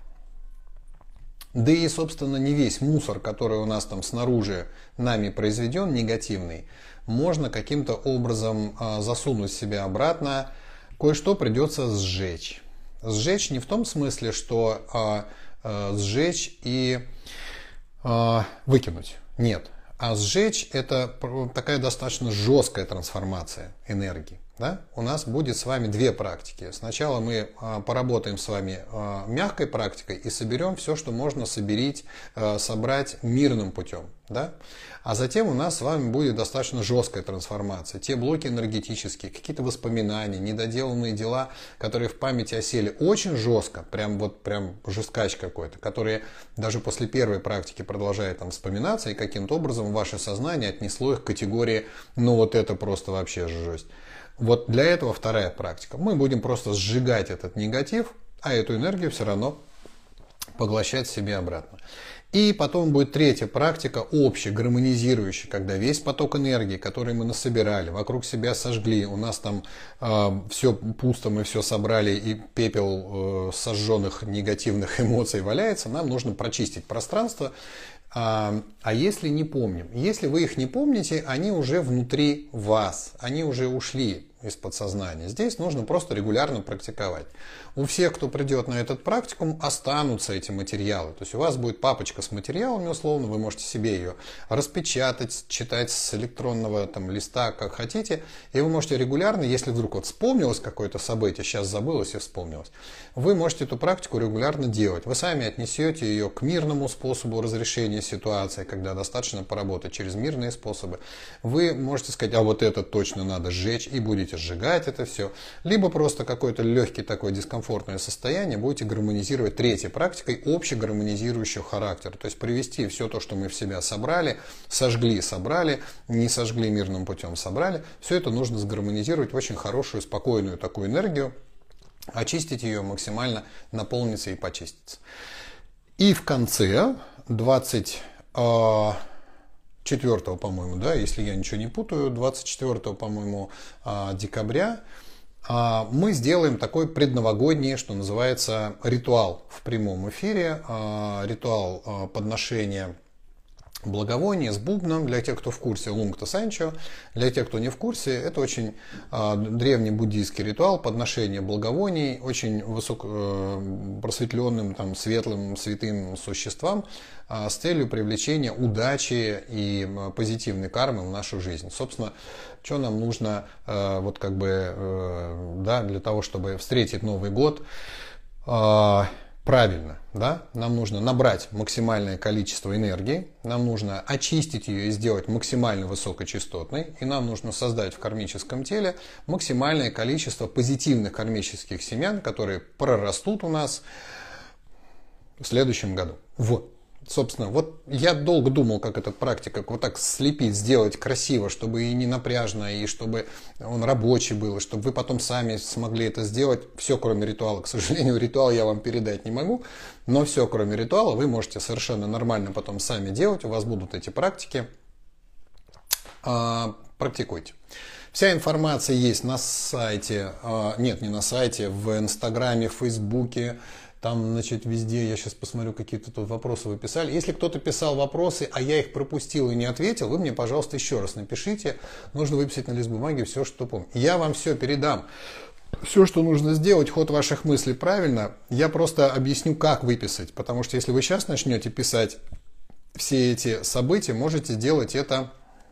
Да и, собственно, не весь мусор, который у нас там снаружи нами произведен, негативный, можно каким-то образом засунуть себя обратно. Кое-что придется сжечь. Сжечь не в том смысле, что сжечь и выкинуть. Нет. А сжечь – это такая достаточно жесткая трансформация энергии. Да? У нас будет с вами две практики. Сначала мы поработаем с вами мягкой практикой и соберем все, что можно собрать мирным путем. Да? А затем у нас с вами будет достаточно жесткая трансформация. Те блоки энергетические, какие-то воспоминания, недоделанные дела, которые в памяти осели очень жестко, прям жесткач какой-то, которые даже после первой практики продолжают там вспоминаться, и каким-то образом ваше сознание отнесло их к категории «ну вот это просто вообще жесть». Вот для этого вторая практика. Мы будем просто сжигать этот негатив, а эту энергию все равно поглощать себе обратно. И потом будет третья практика, общая, гармонизирующая, когда весь поток энергии, который мы насобирали, вокруг себя сожгли, у нас там все пусто, мы все собрали, и пепел сожженных негативных эмоций валяется, нам нужно прочистить пространство. А если не помним? Если вы их не помните, они уже внутри вас, они уже ушли из подсознания. Здесь нужно просто регулярно практиковать. У всех, кто придет на этот практикум, останутся эти материалы. То есть у вас будет папочка с материалами, условно, вы можете себе ее распечатать, читать с электронного там листа, как хотите. И вы можете регулярно, если вдруг вот вспомнилось какое-то событие, сейчас забылось и вспомнилось, вы можете эту практику регулярно делать. Вы сами отнесете ее к мирному способу разрешения ситуации, когда достаточно поработать через мирные способы. Вы можете сказать, а вот это точно надо сжечь, и будете сжигать это все. Либо просто какой-то легкий такой дискомфортное состояние будете гармонизировать третьей практикой общегармонизирующего характера. То есть привести все то, что мы в себя собрали, сожгли, собрали, не сожгли мирным путем, собрали. Все это нужно сгармонизировать в очень хорошую, спокойную такую энергию, очистить ее максимально, наполниться и почиститься. И в конце 24, по-моему, да, если я ничего не путаю, 24, по-моему, декабря мы сделаем такой предновогодний, что называется, ритуал в прямом эфире, ритуал подношения благовоний с бубном. Для тех, кто в курсе, лунгта санчо. Для тех, кто не в курсе, это очень древний буддийский ритуал подношения благовоний очень просветленным, там, светлым, святым существам с целью привлечения удачи и позитивной кармы в нашу жизнь. Собственно, что нам нужно для того, чтобы встретить Новый год правильно, да? Нам нужно набрать максимальное количество энергии, нам нужно очистить ее и сделать максимально высокочастотной, и нам нужно создать в кармическом теле максимальное количество позитивных кармических семян, которые прорастут у нас в следующем году. Вот. Собственно, вот я долго думал, как эта практика вот так слепить, сделать красиво, чтобы и не напряжно, и чтобы он рабочий был, и чтобы вы потом сами смогли это сделать. Все, кроме ритуала. К сожалению, ритуал я вам передать не могу, но все, кроме ритуала, вы можете совершенно нормально потом сами делать. У вас будут эти практики. Практикуйте. Вся информация есть на сайте, нет, не на сайте, в Инстаграме, в Фейсбуке. Там, значит, везде, я сейчас посмотрю, какие-то тут вопросы вы писали. Если кто-то писал вопросы, а я их пропустил и не ответил, вы мне, пожалуйста, еще раз напишите. Нужно выписать на лист бумаги все, что помню. Я вам все передам. Все, что нужно сделать, ход ваших мыслей правильно. Я просто объясню, как выписать. Потому что если вы сейчас начнете писать все эти события, можете сделать это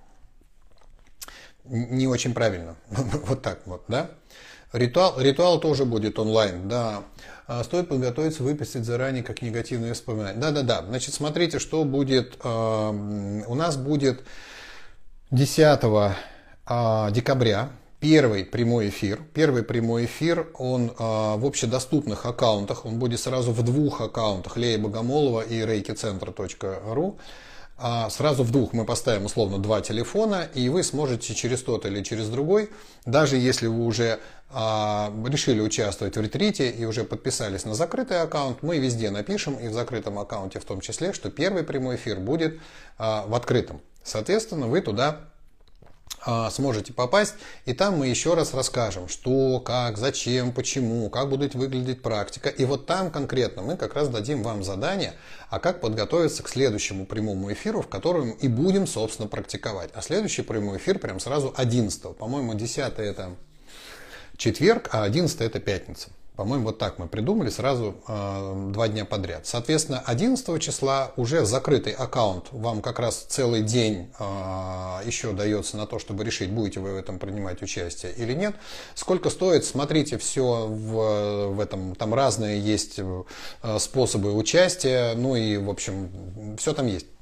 не очень правильно. Вот так вот, да? Ритуал тоже будет онлайн, да. Стоит подготовиться, выписать заранее как негативные воспоминания. Да. Значит, смотрите, что будет. У нас будет 10 декабря первый прямой эфир. Первый прямой эфир, он в общедоступных аккаунтах. Он будет сразу в двух аккаунтах: Лея Богомолова и reikicentr.ru. сразу в двух мы поставим условно два телефона, и вы сможете через тот или через другой, даже если вы уже решили участвовать в ретрите и уже подписались на закрытый аккаунт, мы везде напишем, и в закрытом аккаунте в том числе, что первый прямой эфир будет в открытом. Соответственно, вы туда сможете попасть, и там мы еще раз расскажем, что, как, зачем, почему, как будет выглядеть практика. И вот там конкретно мы как раз дадим вам задание, а как подготовиться к следующему прямому эфиру, в котором и будем, собственно, практиковать. А следующий прямой эфир прям сразу 11-го. По-моему, 10-й это четверг, а 11-й это пятница. По-моему, вот так мы придумали сразу 2 дня подряд. Соответственно, 11 числа уже закрытый аккаунт. Вам как раз целый день еще дается на то, чтобы решить, будете вы в этом принимать участие или нет. Сколько стоит, смотрите, все в этом. Там разные есть способы участия. Ну и, в общем, все там есть.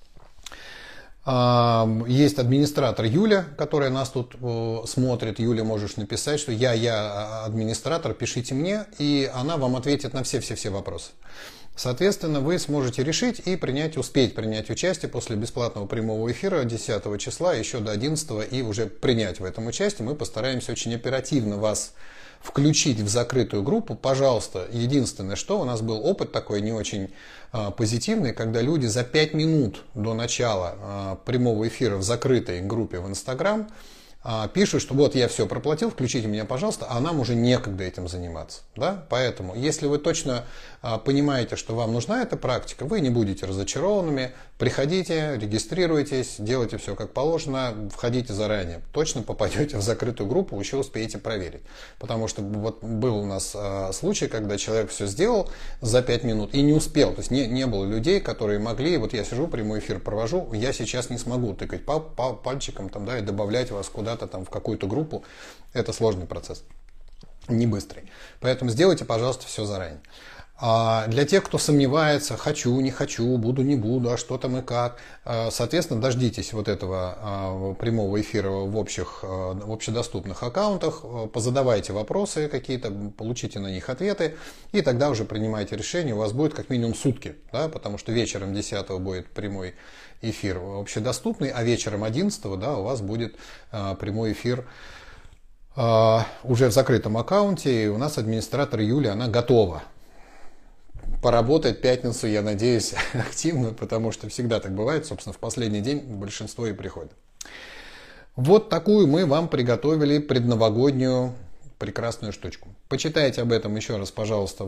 Есть администратор Юля, которая нас тут смотрит. Юля, можешь написать, что я администратор, пишите мне, и она вам ответит на все вопросы. Соответственно, вы сможете решить и успеть принять участие после бесплатного прямого эфира 10 числа, еще до 11 и уже принять в этом участие. Мы постараемся очень оперативно вас включить в закрытую группу. Пожалуйста, единственное, что у нас был опыт такой не очень позитивный, когда люди за 5 минут до начала прямого эфира в закрытой группе в Инстаграм пишут, что вот я все проплатил, включите меня, пожалуйста, а нам уже некогда этим заниматься. Да? Поэтому, если вы точно понимаете, что вам нужна эта практика, вы не будете разочарованными, приходите, регистрируйтесь, делайте все как положено, входите заранее. Точно попадете в закрытую группу, еще успеете проверить. Потому что вот был у нас случай, когда человек все сделал за 5 минут и не успел. То есть не было людей, которые могли, вот я сижу, прямой эфир провожу, я сейчас не смогу тыкать пальчиком там, да, и добавлять вас куда-то там в какую-то группу. Это сложный процесс, не быстрый. Поэтому сделайте, пожалуйста, все заранее. Для тех, кто сомневается, хочу, не хочу, буду, не буду, а что там и как, соответственно, дождитесь вот этого прямого эфира в общедоступных аккаунтах, позадавайте вопросы какие-то, получите на них ответы, и тогда уже принимайте решение, у вас будет как минимум сутки, да, потому что вечером 10 будет прямой эфир общедоступный, а вечером 11 да, у вас будет прямой эфир уже в закрытом аккаунте, и у нас администратор Юля, она готова поработать пятницу, я надеюсь, активно, потому что всегда так бывает, собственно, в последний день большинство и приходит. Вот такую мы вам приготовили предновогоднюю прекрасную штучку. Почитайте об этом еще раз, пожалуйста,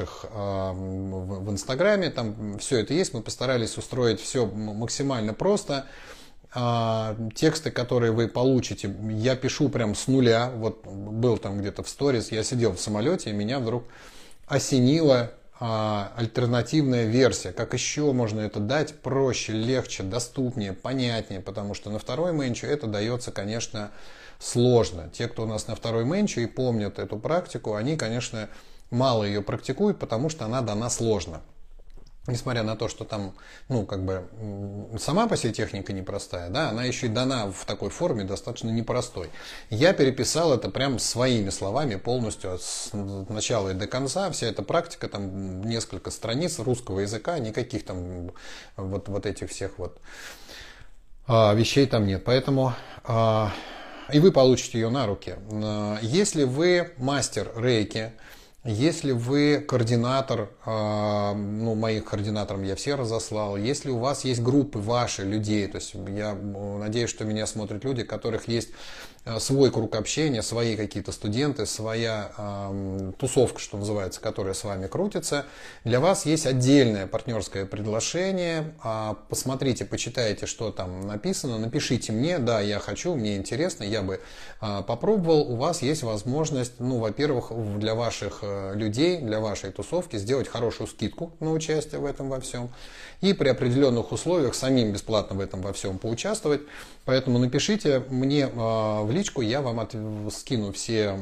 в Инстаграме, там все это есть, мы постарались устроить все максимально просто. Тексты, которые вы получите, я пишу прям с нуля, вот был там где-то в сторис, я сидел в самолете, и меня вдруг осенило альтернативная версия, как еще можно это дать проще, легче, доступнее, понятнее, потому что на второй менчу это дается, конечно, сложно. Те, кто у нас на второй менчу и помнят эту практику, они, конечно, мало ее практикуют, потому что она дана сложно. Несмотря на то, что там, ну, как бы, сама по себе техника непростая, да, она еще и дана в такой форме достаточно непростой. Я переписал это прям своими словами полностью с начала и до конца. Вся эта практика, там несколько страниц русского языка, никаких там вот этих всех вот вещей там нет. Поэтому и вы получите ее на руки. Если вы мастер рейки, если вы координатор, ну, моих координаторам я все разослал, если у вас есть группы ваши, людей, то есть я надеюсь, что меня смотрят люди, у которых есть свой круг общения, свои какие-то студенты, своя тусовка, что называется, которая с вами крутится. Для вас есть отдельное партнерское предложение. Посмотрите, почитайте, что там написано, напишите мне, да, я хочу, мне интересно, я бы попробовал. У вас есть возможность, ну, во-первых, для ваших людей, для вашей тусовки сделать хорошую скидку на участие в этом во всем. И при определенных условиях самим бесплатно в этом во всем поучаствовать. Поэтому напишите мне в личку, я вам скину все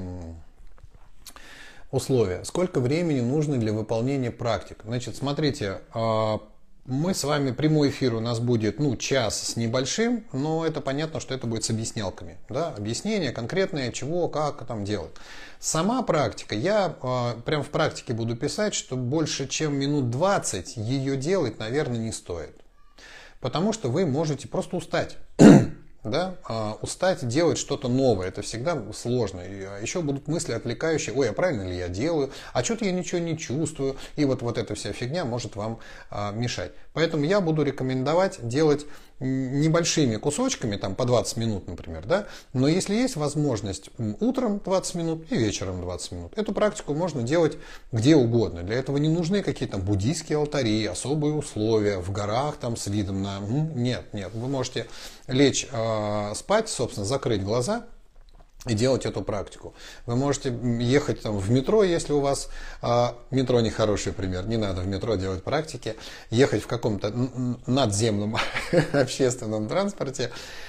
условия. Сколько времени нужно для выполнения практик? Значит, смотрите, мы с вами, прямой эфир у нас будет, ну, час с небольшим, но это понятно, что это будет с объяснялками. Да? Объяснение конкретное, чего, как там делать. Сама практика, я прям в практике буду писать, что больше чем минут 20 ее делать, наверное, не стоит. Потому что вы можете просто устать. Да? Устать делать что-то новое, это всегда сложно. Еще будут мысли отвлекающие: ой, а правильно ли я делаю, а что-то я ничего не чувствую. И вот эта вся фигня может вам мешать. Поэтому я буду рекомендовать делать небольшими кусочками, там по 20 минут, например, да? Но если есть возможность утром 20 минут и вечером 20 минут, эту практику можно делать где угодно. Для этого не нужны какие-то там буддийские алтари, особые условия, в горах там с видом на... Нет, вы можете лечь спать, собственно, закрыть глаза и делать эту практику. Вы можете ехать там в метро, если у вас метро нехороший пример, не надо в метро делать практики, ехать в каком-то надземном общественном транспорте,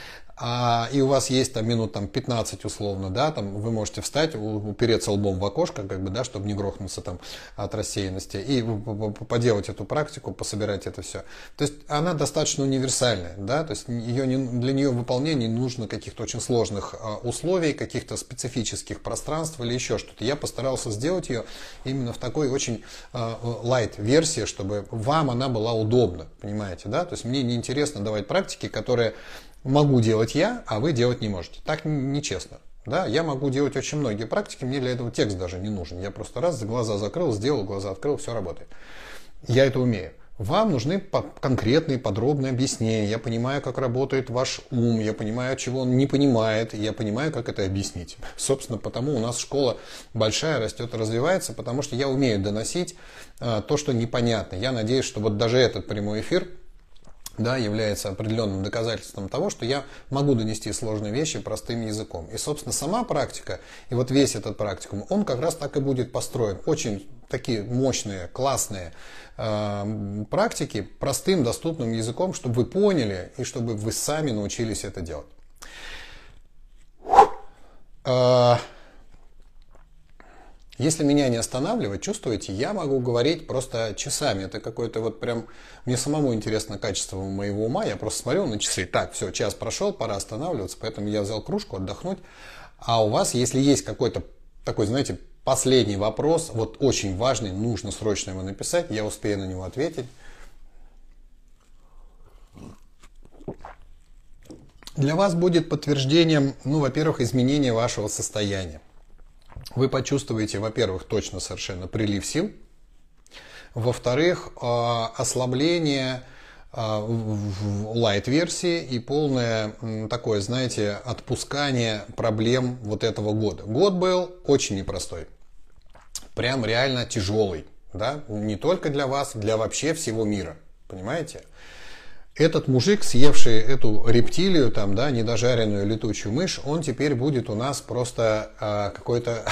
и у вас есть там минут 15 условно, да, там вы можете встать, упереться лбом в окошко, как бы, да, чтобы не грохнуться там от рассеянности, и поделать эту практику, пособирать это все. То есть она достаточно универсальная, да, то есть для нее выполнения не нужно каких-то очень сложных условий, каких-то специфических пространств или еще что-то. Я постарался сделать ее именно в такой очень light версии, чтобы вам она была удобна, понимаете, да, то есть мне не интересно давать практики, которые могу делать я, а вы делать не можете. Так нечестно. Да? Я могу делать очень многие практики, мне для этого текст даже не нужен. Я просто раз, глаза закрыл, сделал, глаза открыл, все работает. Я это умею. Вам нужны конкретные, подробные объяснения. Я понимаю, как работает ваш ум, я понимаю, чего он не понимает, я понимаю, как это объяснить. Собственно, потому у нас школа большая, растет и развивается, потому что я умею доносить то, что непонятно. Я надеюсь, что вот даже этот прямой эфир, да, является определенным доказательством того, что я могу донести сложные вещи простым языком. И, собственно, сама практика, и вот весь этот практикум, он как раз так и будет построен. Очень такие мощные, классные практики, простым, доступным языком, чтобы вы поняли и чтобы вы сами научились это делать. Если меня не останавливать, чувствуете, я могу говорить просто часами. Это какое-то вот прям... Мне самому интересно качество моего ума. Я просто смотрю на часы. Так, все, час прошел, пора останавливаться. Поэтому я взял кружку отдохнуть. А у вас, если есть какой-то такой, знаете, последний вопрос, вот очень важный, нужно срочно его написать, я успею на него ответить. Для вас будет подтверждением, во-первых, изменения вашего состояния. Вы почувствуете, во-первых, точно совершенно прилив сил, во-вторых, ослабление в лайт-версии и полное такое, знаете, отпускание проблем вот этого года. Год был очень непростой, прям реально тяжелый, да? Не только для вас, для вообще всего мира, понимаете? Этот мужик, съевший эту рептилию, там, да, недожаренную летучую мышь, он теперь будет у нас просто какое-то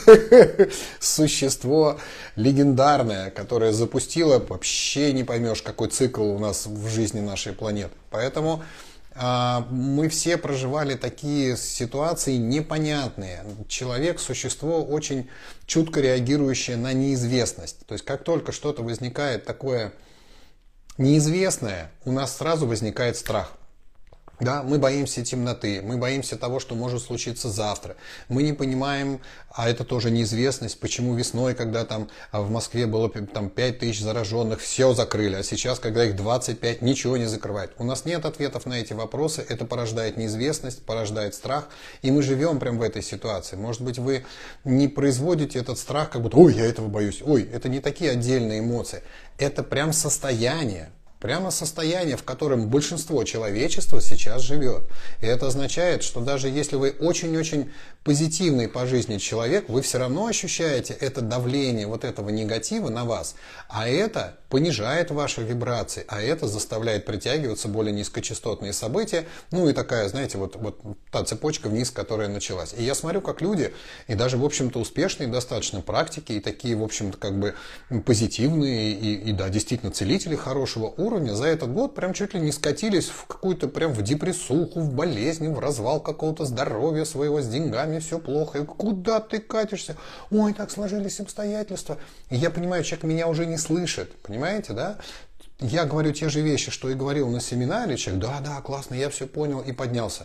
существо легендарное, которое запустило, вообще не поймешь, какой цикл у нас в жизни нашей планеты. Поэтому мы все проживали такие ситуации непонятные. Человек – существо очень чутко реагирующее на неизвестность. То есть, как только что-то возникает такое неизвестное, у нас сразу возникает страх. Да, мы боимся темноты, мы боимся того, что может случиться завтра. Мы не понимаем, а это тоже неизвестность, почему весной, когда там в Москве было там 5000 зараженных, все закрыли, а сейчас, когда их 25, ничего не закрывают. У нас нет ответов на эти вопросы, это порождает неизвестность, порождает страх, и мы живем прямо в этой ситуации. Может быть, вы не производите этот страх, как будто, ой, я этого боюсь, ой, это не такие отдельные эмоции, это прям состояние. Прямо состояние, в котором большинство человечества сейчас живет. И это означает, что даже если вы очень-очень позитивный по жизни человек, вы все равно ощущаете это давление вот этого негатива на вас. А это понижает ваши вибрации, а это заставляет притягиваться более низкочастотные события. Ну и такая, знаете, вот та цепочка вниз, которая началась. И я смотрю, как люди, и даже, в общем-то, успешные достаточно практики, и такие, в общем-то, как бы позитивные, и да, действительно целители хорошего уровня, за этот год прям чуть ли не скатились в какую-то прям в депрессуху, в болезни, в развал какого-то здоровья своего, с деньгами все плохо. И куда ты катишься? Ой, так сложились обстоятельства. И я понимаю, человек меня уже не слышит. Понимаете, да? Я говорю те же вещи, что и говорил на семинаре. Человек, да, классно, я все понял и поднялся.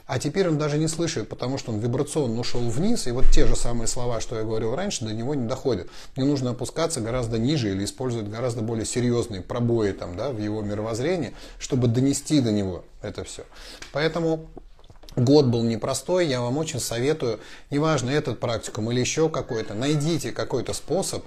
А теперь он даже не слышит, потому что он вибрационно ушел вниз, и вот те же самые слова, что я говорил раньше, до него не доходят. Мне нужно опускаться гораздо ниже или использовать гораздо более серьезные пробои там, да, в его мировоззрении, чтобы донести до него это все. Поэтому год был непростой, я вам очень советую, неважно, этот практикум или еще какой-то, найдите какой-то способ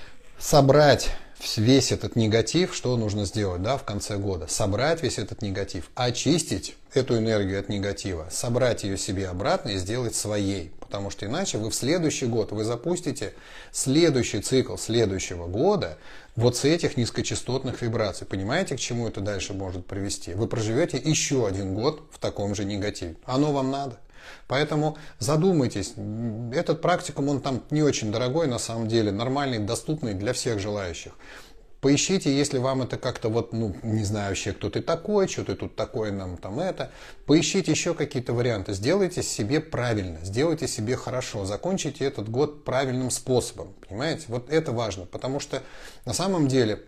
собрать весь этот негатив, что нужно сделать, да, в конце года. Собрать весь этот негатив, очистить эту энергию от негатива, собрать ее себе обратно и сделать своей. Потому что иначе вы в следующий год, вы запустите следующий цикл следующего года вот с этих низкочастотных вибраций. Понимаете, к чему это дальше может привести? Вы проживете еще один год в таком же негативе. Оно вам надо? Поэтому задумайтесь, этот практикум, он там не очень дорогой на самом деле, нормальный, доступный для всех желающих. Поищите, если вам это как-то вот, ну, не знаю вообще, кто ты такой, что ты тут такой нам там это. Поищите еще какие-то варианты, сделайте себе правильно, сделайте себе хорошо, закончите этот год правильным способом, понимаете? Вот это важно, потому что на самом деле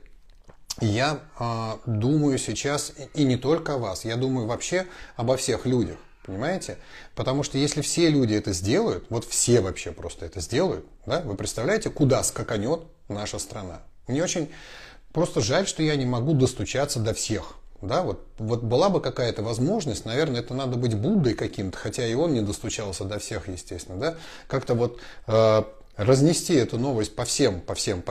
я думаю сейчас и не только о вас, я думаю вообще обо всех людях. Понимаете? Потому что если все люди это сделают, вот все вообще просто это сделают, да, вы представляете, куда скаканет наша страна? Мне очень просто жаль, что я не могу достучаться до всех. Да, вот была бы какая-то возможность, наверное, это надо быть Буддой каким-то, хотя и он не достучался до всех, естественно, да, как-то вот разнести эту новость по всем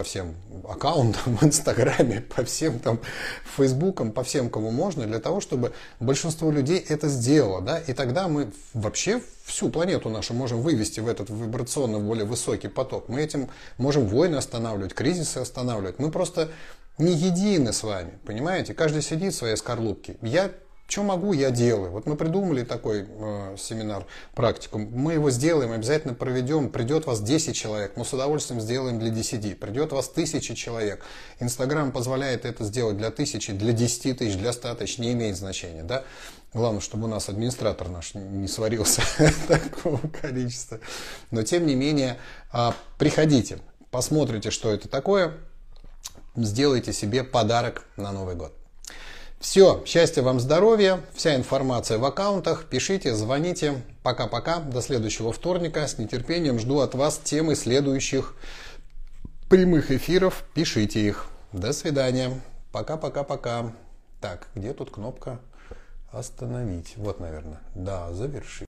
аккаунтам в Инстаграме, по всем там Фейсбукам, по всем, кому можно, для того, чтобы большинство людей это сделало, да, и тогда мы вообще всю планету нашу можем вывести в этот вибрационно более высокий поток. Мы этим можем войны останавливать, кризисы останавливать. Мы просто не едины с вами, понимаете? Каждый сидит в своей скорлупке. Я что могу, я делаю. Вот мы придумали такой семинар, практикум. Мы его сделаем, обязательно проведем. Придет вас 10 человек, мы с удовольствием сделаем для 10. Придет вас 1000 человек. Инстаграм позволяет это сделать для 1000, для 10 тысяч, для 100 тысяч. Не имеет значения, да? Главное, чтобы у нас администратор наш не сварился такого количества. Но тем не менее, приходите, посмотрите, что это такое. Сделайте себе подарок на Новый год. Все, счастья вам, здоровья, вся информация в аккаунтах, пишите, звоните. Пока-пока, до следующего вторника. С нетерпением жду от вас темы следующих прямых эфиров. Пишите их. До свидания. Пока-пока-пока. Так, где тут кнопка остановить? Вот, наверное. Да, завершить.